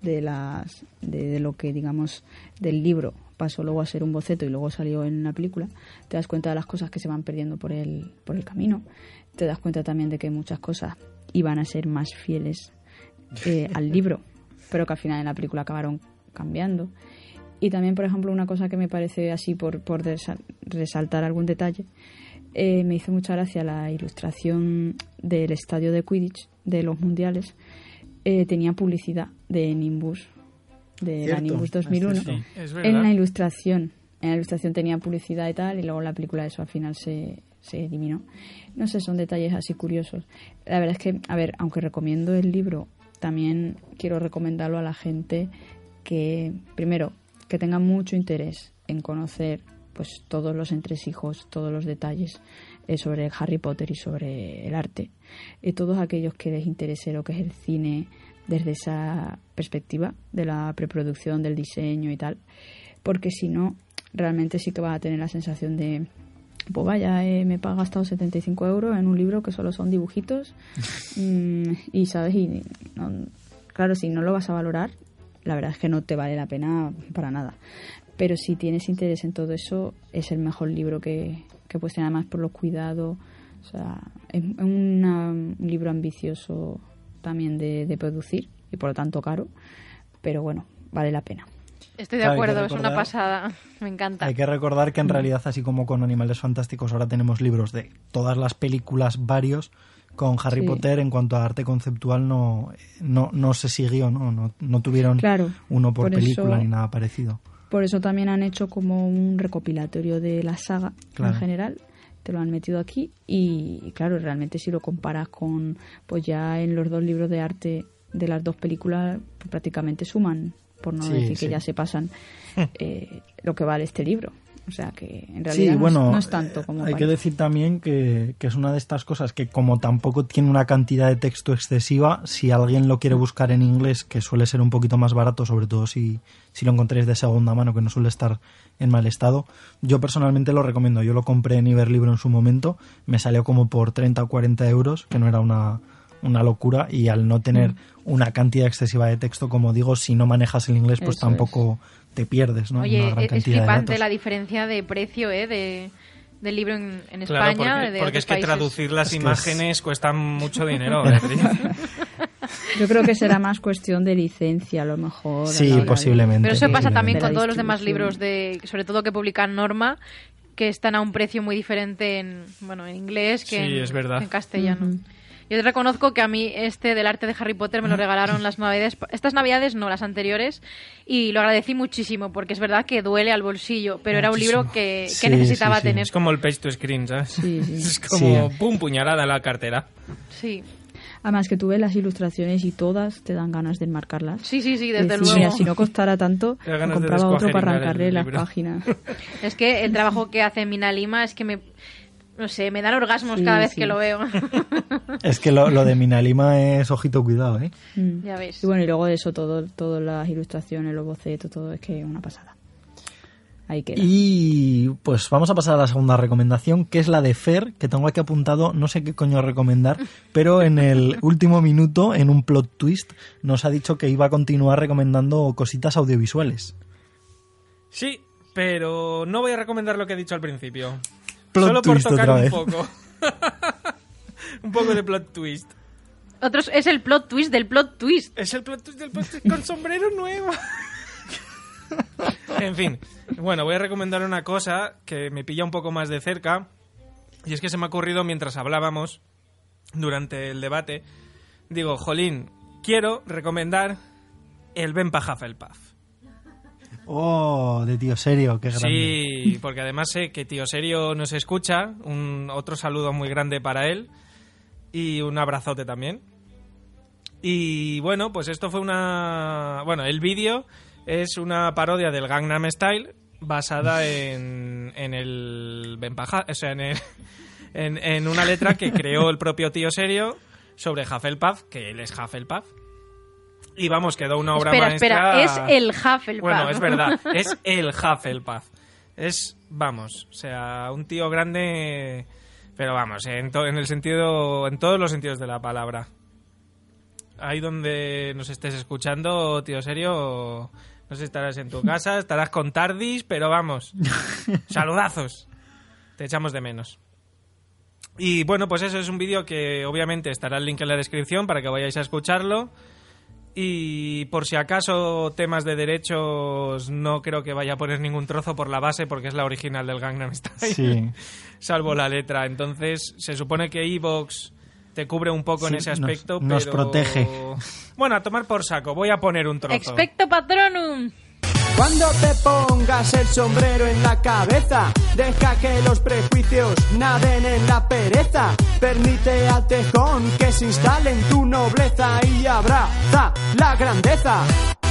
de lo que, digamos, del libro pasó luego a ser un boceto y luego salió en la película. Te das cuenta de las cosas que se van perdiendo por el camino. Te das cuenta también de que muchas cosas iban a ser más fieles al libro, pero que al final en la película acabaron cambiando. Y también, por ejemplo, una cosa que me parece así por resaltar algún detalle, me hizo mucha gracia la ilustración del estadio de Quidditch de los mundiales. Tenía publicidad de Nimbus, de la Nimbus 2001. Sí, es verdad. En la ilustración tenía publicidad y tal, y luego en la película eso al final se eliminó. No sé, son detalles así curiosos. La verdad es que, a ver, aunque recomiendo el libro, también quiero recomendarlo a la gente que, primero, que tenga mucho interés en conocer pues todos los entresijos, todos los detalles sobre Harry Potter y sobre el arte. Y todos aquellos que les interese lo que es el cine desde esa perspectiva de la preproducción, del diseño y tal, porque si no, realmente sí que vas a tener la sensación de pues vaya, me he gastado 75 euros en un libro que solo son dibujitos y sabes, claro, si no lo vas a valorar, la verdad es que no te vale la pena para nada. Pero si tienes interés en todo eso, es el mejor libro que puedes tener, además por los cuidados. O sea, es un libro ambicioso también de producir y por lo tanto caro, pero bueno, vale la pena. Estoy de acuerdo, es una pasada, me encanta. Hay que recordar que en realidad, así como con Animales Fantásticos, ahora tenemos libros de todas las películas varios. Con Harry Potter, en cuanto a arte conceptual, no se siguió, no tuvieron uno por película ni nada parecido. Por eso también han hecho como un recopilatorio de la saga en general, te lo han metido aquí y claro, realmente si lo comparas con, pues ya en los dos libros de arte de las dos películas, pues prácticamente suman, por no decir que ya se pasan lo que vale este libro. O sea que en realidad no es tanto como hay parece. Que decir también que es una de estas cosas que como tampoco tiene una cantidad de texto excesiva, si alguien lo quiere buscar en inglés, que suele ser un poquito más barato, sobre todo si lo encontréis de segunda mano, que no suele estar en mal estado, yo personalmente lo recomiendo. Yo lo compré en Iberlibro en su momento, me salió como por 30 o 40 euros, que no era una locura, y al no tener una cantidad excesiva de texto, como digo, si no manejas el inglés, pues eso tampoco te pierdes, ¿no? Oye, una gran es flipante de la diferencia de precio del libro en claro, España. Porque es que países. Traducir las imágenes cuesta mucho dinero. Yo creo que será más cuestión de licencia, a lo mejor. Sí, posiblemente. Pero eso pasa también con la todos los demás libros, sobre todo que publican Norma, que están a un precio muy diferente en inglés que es verdad. en castellano. Uh-huh. Yo te reconozco que a mí del arte de Harry Potter me lo regalaron las navidades, estas navidades no, las anteriores, y lo agradecí muchísimo, porque es verdad que duele al bolsillo, pero era un libro que necesitaba tener. Es como el page to screen, ¿sabes? Sí. Es como pum, puñalada en la cartera. Sí. Además que tú ves las ilustraciones y todas te dan ganas de enmarcarlas. Sí, desde luego. Mira, si no costara tanto, compraba otro para arrancarle las páginas. Es que el trabajo que hace Mina Lima es que me dan orgasmos cada vez que lo veo. Es que lo de Mina Lima es ojito cuidado, ¿eh? Ya ves. Y bueno, y luego de eso, todas las ilustraciones, los bocetos, todo es que es una pasada. Ahí queda. Y pues vamos a pasar a la segunda recomendación, que es la de Fer, que tengo aquí apuntado, no sé qué coño recomendar, pero en el último minuto, en un plot twist, nos ha dicho que iba a continuar recomendando cositas audiovisuales. Sí, pero no voy a recomendar lo que he dicho al principio. Plot Solo por twist tocar otra un vez. poco. Un poco de plot twist. Es el plot twist del plot twist. Es el plot twist del plot twist con sombrero nuevo. En fin, bueno, voy a recomendar una cosa que me pilla un poco más de cerca, y es que se me ha ocurrido mientras hablábamos durante el debate. Digo, jolín, quiero recomendar el Ben pa' Hufflepuff. Oh, de Tío Serio, qué grande. Sí, porque además sé que Tío Serio nos escucha. Otro saludo muy grande para él y un abrazote también. Y bueno, pues esto fue el vídeo es una parodia del Gangnam Style basada en el Ben pa' Hufflepuff, o sea, en una letra que creó el propio Tío Serio sobre Hufflepuff, que él es Hufflepuff. Y vamos, quedó una obra maestra. Espera, es el Hufflepuff. Bueno, es verdad, es el Hufflepuff. Es, vamos, o sea, un tío grande, pero vamos, en todos los sentidos de la palabra. Ahí donde nos estés escuchando, Tío Serio, no sé si estarás en tu casa, estarás con Tardis, pero vamos, saludazos. Te echamos de menos. Y bueno, pues eso es un vídeo que obviamente estará el link en la descripción para que vayáis a escucharlo. Y por si acaso temas de derechos, no creo que vaya a poner ningún trozo por la base porque es la original del Gangnam Style, sí. Salvo la letra. Entonces se supone que iVoox te cubre un poco en ese aspecto, nos pero protege. Bueno, a tomar por saco, voy a poner un trozo. Expecto Patronum. Cuando te pongas el sombrero en la cabeza, deja que los prejuicios naden en la pereza. Permite al tejón que se instale en tu nobleza y abraza la grandeza.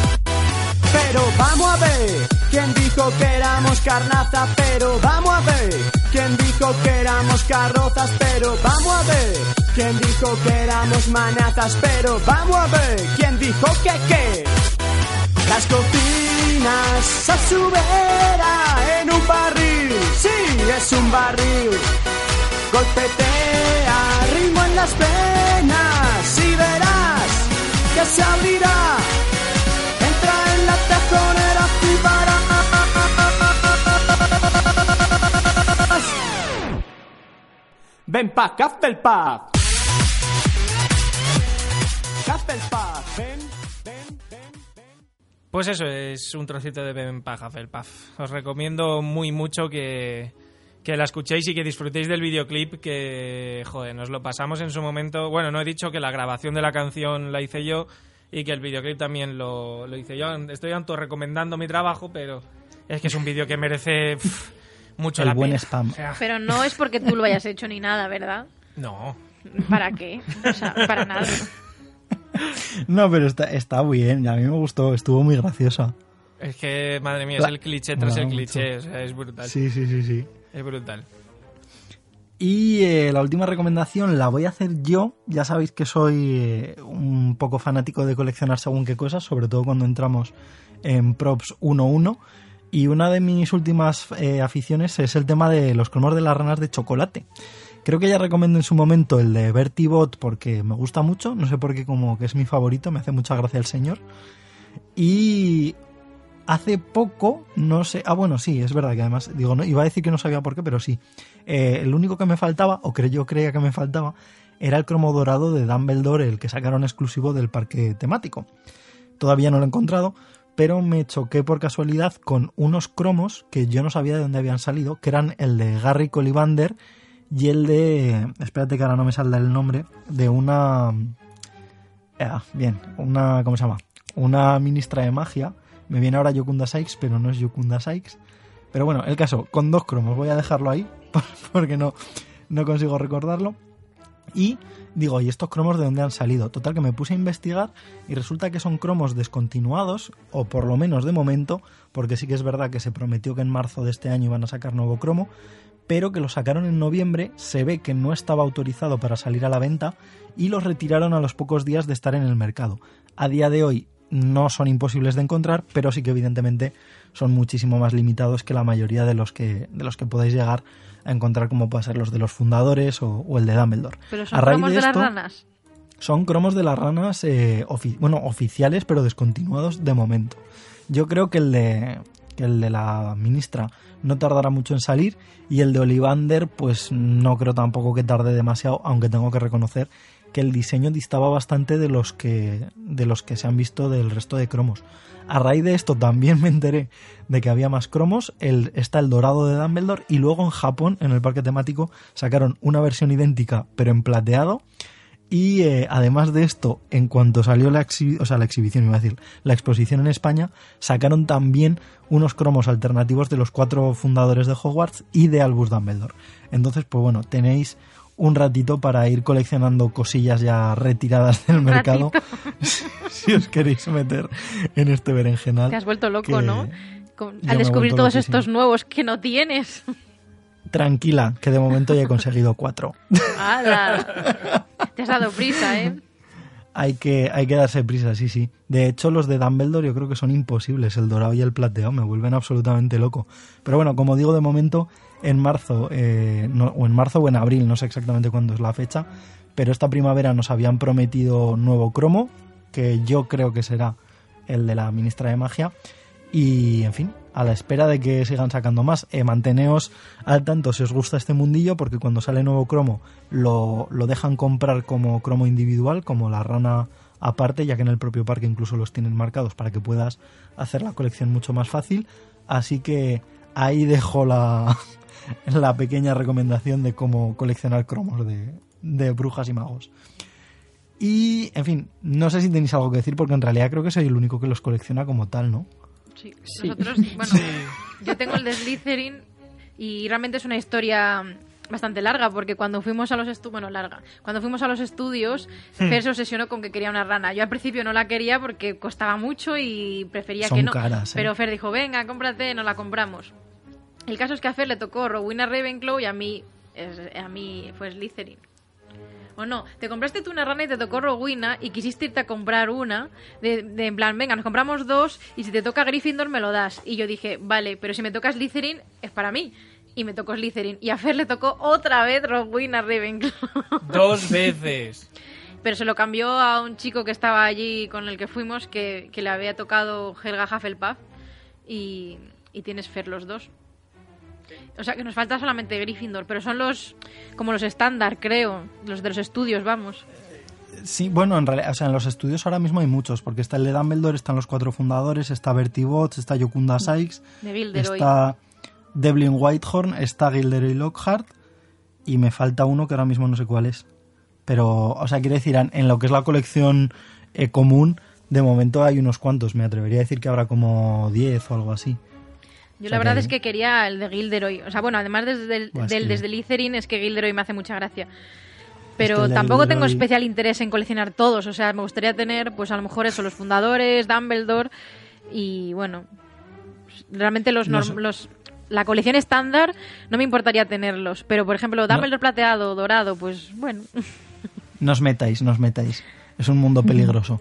Pero vamos a ver, ¿quién dijo que éramos carnaza? Pero vamos a ver, ¿quién dijo que éramos carrozas? Pero vamos a ver, ¿quién dijo que éramos manazas? Pero vamos a ver, ¿quién dijo que qué? Las cocinas a su vera en un barril, sí, es un barril. Golpetea ritmo en las venas y verás que se abrirá. Entra en la taconera y verás. Ven pa' Hufflepuff. Hufflepuff, ven. Pues eso es un trocito de Ben pa' Hufflepuff. Os recomiendo muy mucho que la escuchéis y que disfrutéis del videoclip que, joder, nos lo pasamos en su momento. Bueno, no he dicho que la grabación de la canción la hice yo y que el videoclip también lo hice yo. Estoy autorrecomendando mi trabajo, pero es que es un vídeo que merece mucho la pena. El buen spam. O sea, Pero no es porque tú lo hayas hecho ni nada, ¿verdad? no. ¿Para qué? O sea, para nada. No, pero está bien, a mí me gustó, estuvo muy graciosa. Es que, madre mía, es el cliché tras el cliché. O sea, es brutal. Sí. Es brutal. Y la última recomendación la voy a hacer yo. Ya sabéis que soy un poco fanático de coleccionar según qué cosas, sobre todo cuando entramos en Props 1.1. Y una de mis últimas aficiones es el tema de los cromos de las ranas de chocolate. Creo que ya recomendé en su momento el de Bertie Bott porque me gusta mucho. No sé por qué, como que es mi favorito, me hace mucha gracia el señor. Y hace poco, no sé... Ah, bueno, sí, es verdad que además... Digo, no, iba a decir que no sabía por qué, pero sí. El único que me faltaba, o que yo creía que me faltaba, era el cromo dorado de Dumbledore, el que sacaron exclusivo del parque temático. Todavía no lo he encontrado, pero me choqué por casualidad con unos cromos que yo no sabía de dónde habían salido, que eran el de Garry Collivander y el de... Espérate que ahora no me salga el nombre, de una... una... ¿Cómo se llama? Una ministra de magia. Me viene ahora Yokunda Sykes, pero no es Yokunda Sykes. Pero bueno, el caso, con dos cromos, voy a dejarlo ahí porque no consigo recordarlo. Y digo, ¿y estos cromos de dónde han salido? Total, que me puse a investigar y resulta que son cromos descontinuados, o por lo menos de momento, porque sí que es verdad que se prometió que en marzo de este año iban a sacar nuevo cromo, pero que lo sacaron en noviembre, se ve que no estaba autorizado para salir a la venta y los retiraron a los pocos días de estar en el mercado. A día de hoy no son imposibles de encontrar, pero sí que evidentemente son muchísimo más limitados que la mayoría de los que podáis llegar a encontrar, como pueden ser los de los fundadores o el de Dumbledore. ¿Pero son cromos de las ranas? Son cromos de las ranas oficiales, pero descontinuados de momento. Yo creo que el de la ministra no tardará mucho en salir, y el de Ollivander pues no creo tampoco que tarde demasiado, aunque tengo que reconocer que el diseño distaba bastante de los que se han visto del resto de cromos. A raíz de esto también me enteré de que había más cromos. Está el dorado de Dumbledore, y luego en Japón, en el parque temático, sacaron una versión idéntica pero en plateado. Y además de esto, en cuanto salió la exposición en España, sacaron también unos cromos alternativos de los 4 fundadores de Hogwarts y de Albus Dumbledore. Entonces, pues bueno, tenéis un ratito para ir coleccionando cosillas ya retiradas del mercado, si os queréis meter en este berenjenal. Te has vuelto loco, ¿no? Al descubrir todos estos nuevos que no tienes. Tranquila, que de momento ya he conseguido 4. ¡Hala! Te has dado prisa, ¿eh? Hay que darse prisa, sí. De hecho, los de Dumbledore yo creo que son imposibles. El dorado y el plateado me vuelven absolutamente loco. Pero bueno, como digo, de momento, en marzo, o en abril, no sé exactamente cuándo es la fecha, pero esta primavera nos habían prometido nuevo cromo, que yo creo que será el de la ministra de Magia. Y, en fin, a la espera de que sigan sacando más. Manteneos al tanto si os gusta este mundillo, porque cuando sale nuevo cromo lo dejan comprar como cromo individual, como la rana aparte, ya que en el propio parque incluso los tienen marcados para que puedas hacer la colección mucho más fácil. Así que ahí dejo la pequeña recomendación de cómo coleccionar cromos de brujas y magos. Y, en fin, no sé si tenéis algo que decir, porque en realidad creo que soy el único que los colecciona como tal, ¿no? Sí. Nosotros, bueno, yo tengo el de Slytherin y realmente es una historia bastante larga, porque cuando fuimos a los estudios, Fer se obsesionó con que quería una rana. Yo al principio no la quería porque costaba mucho y prefería que no. Caras, pero Fer dijo, venga, cómprate, nos la compramos. El caso es que a Fer le tocó Rowena Ravenclaw y a mí fue Slytherin. O no, te compraste tú una rana y te tocó Rowena y quisiste irte a comprar una de en plan, venga, nos compramos 2 y si te toca Gryffindor me lo das. Y yo dije, vale, pero si me toca Slytherin es para mí. Y me tocó Slytherin. Y a Fer le tocó otra vez Rowena Ravenclaw. 2 veces. Pero se lo cambió a un chico que estaba allí con el que fuimos, que le había tocado Helga Hufflepuff. Y tienes Fer los 2. O sea, que nos falta solamente Gryffindor, pero son como los estándar, creo, los de los estudios, vamos. Sí, bueno, en realidad, o sea, en los estudios ahora mismo hay muchos, porque está el de Dumbledore, están los 4 fundadores, está Bertie Botts, está Jocunda Sykes, está Devlin Whitehorn, está Gilderoy Lockhart, y me falta uno que ahora mismo no sé cuál es. Pero, o sea, quiero decir, en lo que es la colección común, de momento hay unos cuantos, me atrevería a decir que habrá como 10 o algo así. Yo la verdad es que quería el de Gilderoy. O sea, bueno, además desde Slytherin es que Gilderoy me hace mucha gracia. Pero tampoco tengo especial interés en coleccionar todos. O sea, me gustaría tener, pues a lo mejor eso, los fundadores, Dumbledore y bueno, realmente la colección estándar no me importaría tenerlos. Pero, por ejemplo, Dumbledore plateado, dorado, pues bueno. No os metáis. Es un mundo peligroso.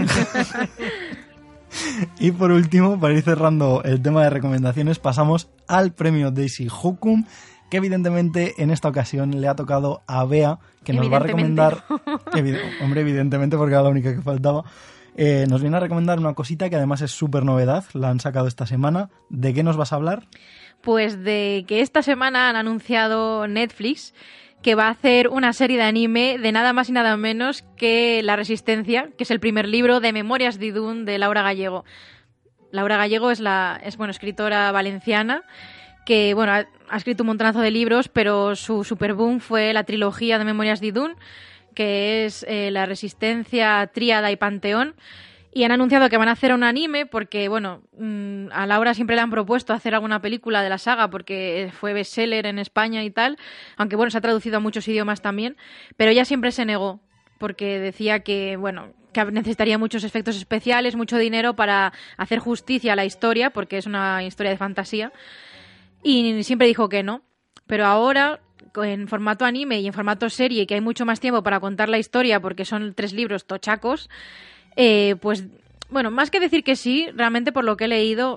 Y por último, para ir cerrando el tema de recomendaciones, pasamos al premio Daisy Hokum, que evidentemente en esta ocasión le ha tocado a Bea, que nos va a recomendar, evidentemente porque era la única que faltaba, nos viene a recomendar una cosita que además es súper novedad, la han sacado esta semana. ¿De qué nos vas a hablar? Pues de que esta semana han anunciado Netflix que va a hacer una serie de anime de nada más y nada menos que La Resistencia, que es el primer libro de Memorias de Idún de Laura Gallego. Laura Gallego es escritora valenciana que bueno, ha escrito un montonazo de libros, pero su superboom fue la trilogía de Memorias de Idún, que es La Resistencia, Tríada y Panteón. Y han anunciado que van a hacer un anime porque, bueno, a Laura siempre le han propuesto hacer alguna película de la saga porque fue bestseller en España y tal, aunque, bueno, se ha traducido a muchos idiomas también, pero ella siempre se negó porque decía que, bueno, que necesitaría muchos efectos especiales, mucho dinero para hacer justicia a la historia, porque es una historia de fantasía, y siempre dijo que no. Pero ahora, en formato anime y en formato serie, que hay mucho más tiempo para contar la historia porque son 3 libros tochacos, pues, bueno, más que decir que sí, realmente por lo que he leído,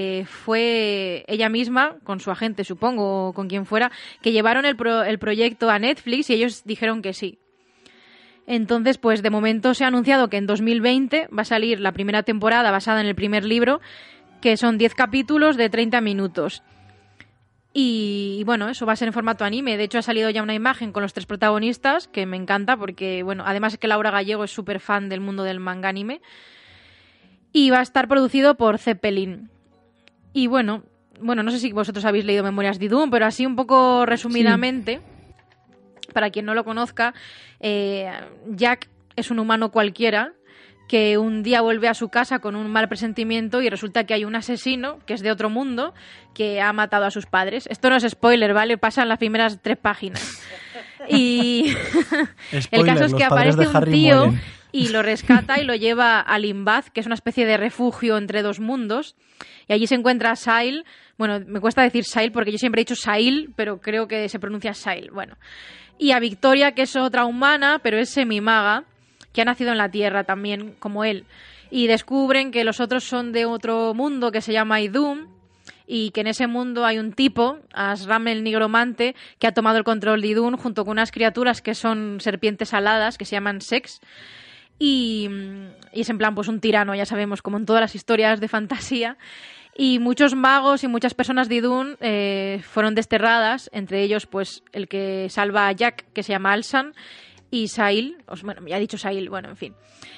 fue ella misma, con su agente, supongo, o con quien fuera, que llevaron el proyecto a Netflix y ellos dijeron que sí. Entonces, pues de momento se ha anunciado que en 2020 va a salir la primera temporada basada en el primer libro, que son 10 capítulos de 30 minutos. Y bueno, eso va a ser en formato anime. De hecho, ha salido ya una imagen con los 3 protagonistas, que me encanta porque, bueno, además es que Laura Gallego es súper fan del mundo del manga anime. Y va a estar producido por Zeppelin. Y bueno, no sé si vosotros habéis leído Memorias de Dune, pero así un poco resumidamente... Sí. Para quien no lo conozca, Jack es un humano cualquiera que un día vuelve a su casa con un mal presentimiento y resulta que hay un asesino, que es de otro mundo, que ha matado a sus padres. Esto no es spoiler, ¿vale? Pasan las primeras 3 páginas. Y el caso es que aparece un tío mueren. Y lo rescata y lo lleva a Limbad, que es una especie de refugio entre 2 mundos. Y allí se encuentra Sail. Bueno, me cuesta decir Sail porque yo siempre he dicho Sail, pero creo que se pronuncia Sail. Bueno. Y a Victoria, que es otra humana, pero es semimaga, que ha nacido en la Tierra también, como él. Y descubren que los otros son de otro mundo que se llama Idum, y que en ese mundo hay un tipo, Asram el Nigromante, que ha tomado el control de Idum junto con unas criaturas que son serpientes aladas, que se llaman Sex. Y es en plan, pues un tirano, ya sabemos, como en todas las historias de fantasía. Y muchos magos y muchas personas de Idun fueron desterradas, entre ellos pues el que salva a Jack, que se llama Alsan, y Sail, bueno, ya he dicho Sail, bueno, en fin.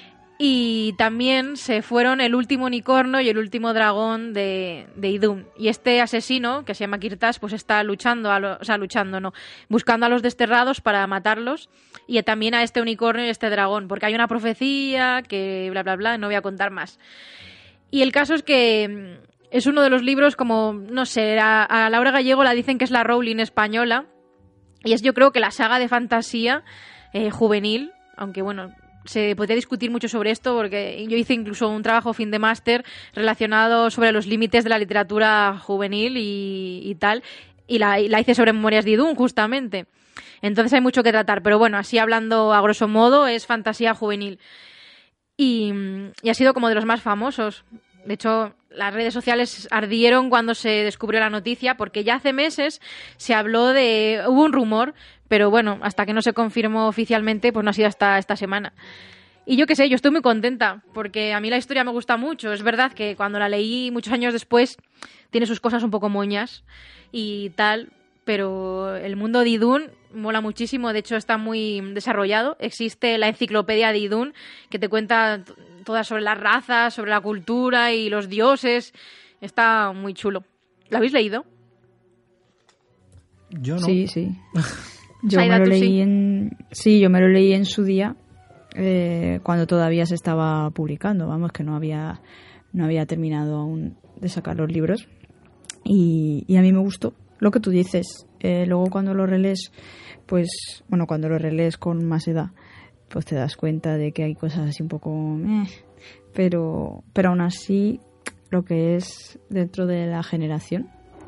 Y también se fueron el último unicornio y el último dragón de Idun. Y este asesino, que se llama Kirtas, pues está buscando a los desterrados para matarlos, y también a este unicornio y este dragón, porque hay una profecía que bla, bla, bla, no voy a contar más. Y el caso es que... es uno de los libros como, no sé, a Laura Gallego la dicen que es la Rowling española y es yo creo que la saga de fantasía juvenil, aunque bueno, se podría discutir mucho sobre esto porque yo hice incluso un trabajo fin de máster relacionado sobre los límites de la literatura juvenil y tal, y la hice sobre Memorias de Idun justamente. Entonces hay mucho que tratar, pero bueno, así hablando a grosso modo es fantasía juvenil y ha sido como de los más famosos. De hecho, las redes sociales ardieron cuando se descubrió la noticia, porque ya hace meses se habló hubo un rumor, pero bueno, hasta que no se confirmó oficialmente, pues no ha sido hasta esta semana. Y yo qué sé, yo estoy muy contenta, porque a mí la historia me gusta mucho. Es verdad que cuando la leí muchos años después, tiene sus cosas un poco moñas y tal, pero el mundo de Idun mola muchísimo, de hecho está muy desarrollado. Existe la enciclopedia de Idun, que te cuenta todas sobre las razas, sobre la cultura y los dioses. Está muy chulo. ¿Lo habéis leído? Yo no. Sí. Yo me lo leí en su día, cuando todavía se estaba publicando. Vamos, que no había terminado aún de sacar los libros. Y a mí me gustó lo que tú dices. Luego cuando lo relees, pues, bueno, cuando lo relees con más edad, pues te das cuenta de que hay cosas así un poco... pero aún así, lo que es dentro de la generación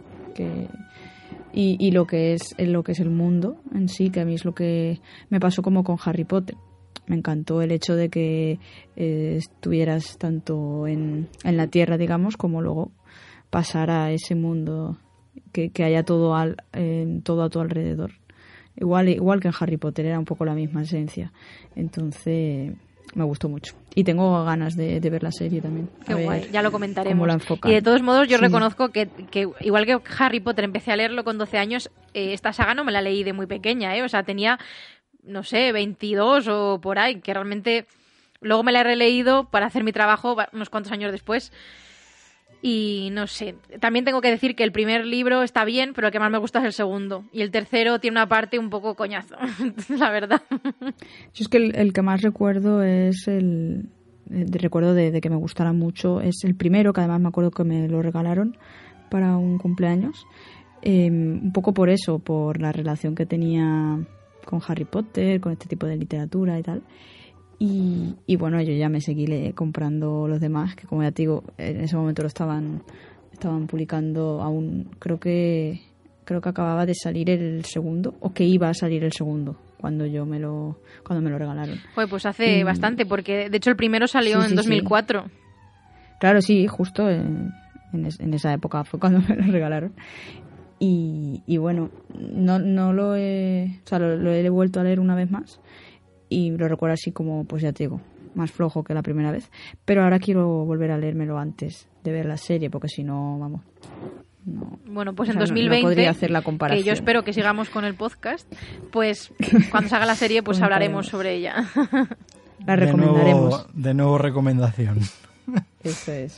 y lo que es el mundo en sí, que a mí es lo que me pasó como con Harry Potter. Me encantó el hecho de que estuvieras tanto en la Tierra, digamos, como luego pasar a ese mundo, que haya todo a tu alrededor. Igual que en Harry Potter, era un poco la misma esencia. Entonces me gustó mucho. Y tengo ganas de ver la serie también. Qué guay, ya lo comentaremos. Cómo la enfocan. Y de todos modos yo reconozco que igual que Harry Potter empecé a leerlo con 12 años, esta saga no me la leí de muy pequeña, o sea, tenía, no sé, 22 o por ahí, que realmente luego me la he releído para hacer mi trabajo unos cuantos años después. Y no sé, también tengo que decir que el primer libro está bien, pero el que más me gusta es el segundo. Y el tercero tiene una parte un poco coñazo, la verdad. Yo es que el que más recuerdo es el recuerdo de que me gustara mucho. Es el primero, que además me acuerdo que me lo regalaron para un cumpleaños. Un poco por eso, por la relación que tenía con Harry Potter, con este tipo de literatura y tal. Y bueno, yo ya me seguí comprando los demás, que como ya te digo, en ese momento lo estaban publicando aún. Creo que acababa de salir el segundo, o que iba a salir el segundo cuando me lo regalaron. Pues hace bastante, porque de hecho el primero salió en 2004. Sí. Claro, sí, justo en esa época fue cuando me lo regalaron. Y bueno, no lo he vuelto a leer una vez más y lo recuerdo así como, pues ya te digo, más flojo que la primera vez. Pero ahora quiero volver a leérmelo antes de ver la serie, porque si no, vamos... No. Bueno, pues en 2020, no podría hacer la comparación. Que yo espero que sigamos con el podcast, pues cuando se haga la serie pues hablaremos sobre ella. La recomendaremos. De nuevo recomendación. Eso es.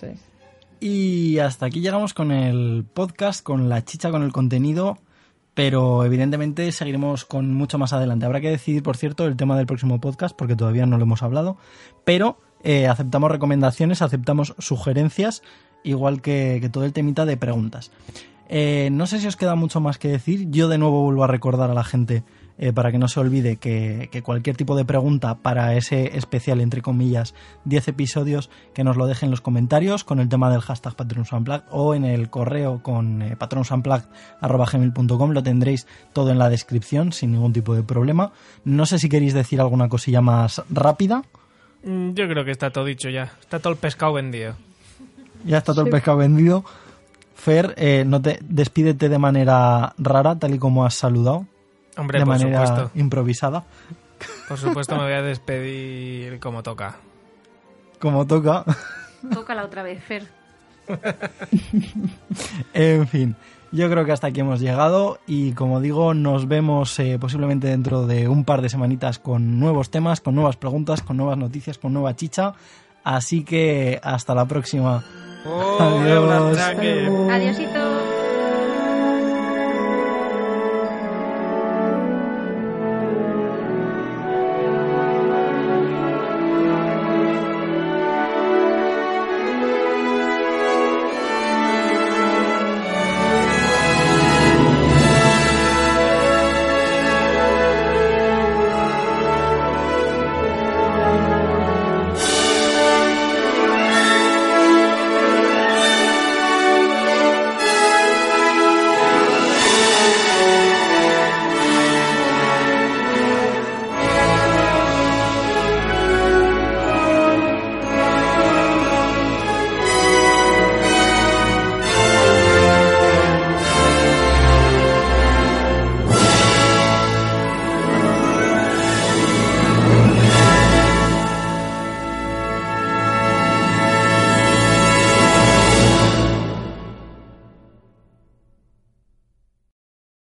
Y hasta aquí llegamos con el podcast, con la chicha, con el contenido, pero evidentemente seguiremos con mucho más adelante. Habrá que decidir, por cierto, el tema del próximo podcast, porque todavía no lo hemos hablado, pero aceptamos recomendaciones, aceptamos sugerencias, igual que todo el temita de preguntas. No sé si os queda mucho más que decir. Yo de nuevo vuelvo a recordar a la gente, para que no se olvide, que cualquier tipo de pregunta para ese especial, entre comillas, 10 episodios, que nos lo dejen en los comentarios con el tema del hashtag PatronusUnplugged o en el correo con patronusunplugged@gmail.com. Lo tendréis todo en la descripción sin ningún tipo de problema. No sé si queréis decir alguna cosilla más rápida. Yo creo que está todo dicho ya. Está todo el pescado vendido. Ya está todo el pescado vendido. Fer, despídete de manera rara, tal y como has saludado. Hombre, de por manera supuesto. Improvisada. Por supuesto me voy a despedir como toca. Como toca. Tócala otra vez, Fer. En fin, yo creo que hasta aquí hemos llegado y, como digo, nos vemos posiblemente dentro de un par de semanitas con nuevos temas, con nuevas preguntas, con nuevas noticias, con nueva chicha. Así que hasta la próxima. Adiós. Adiósito.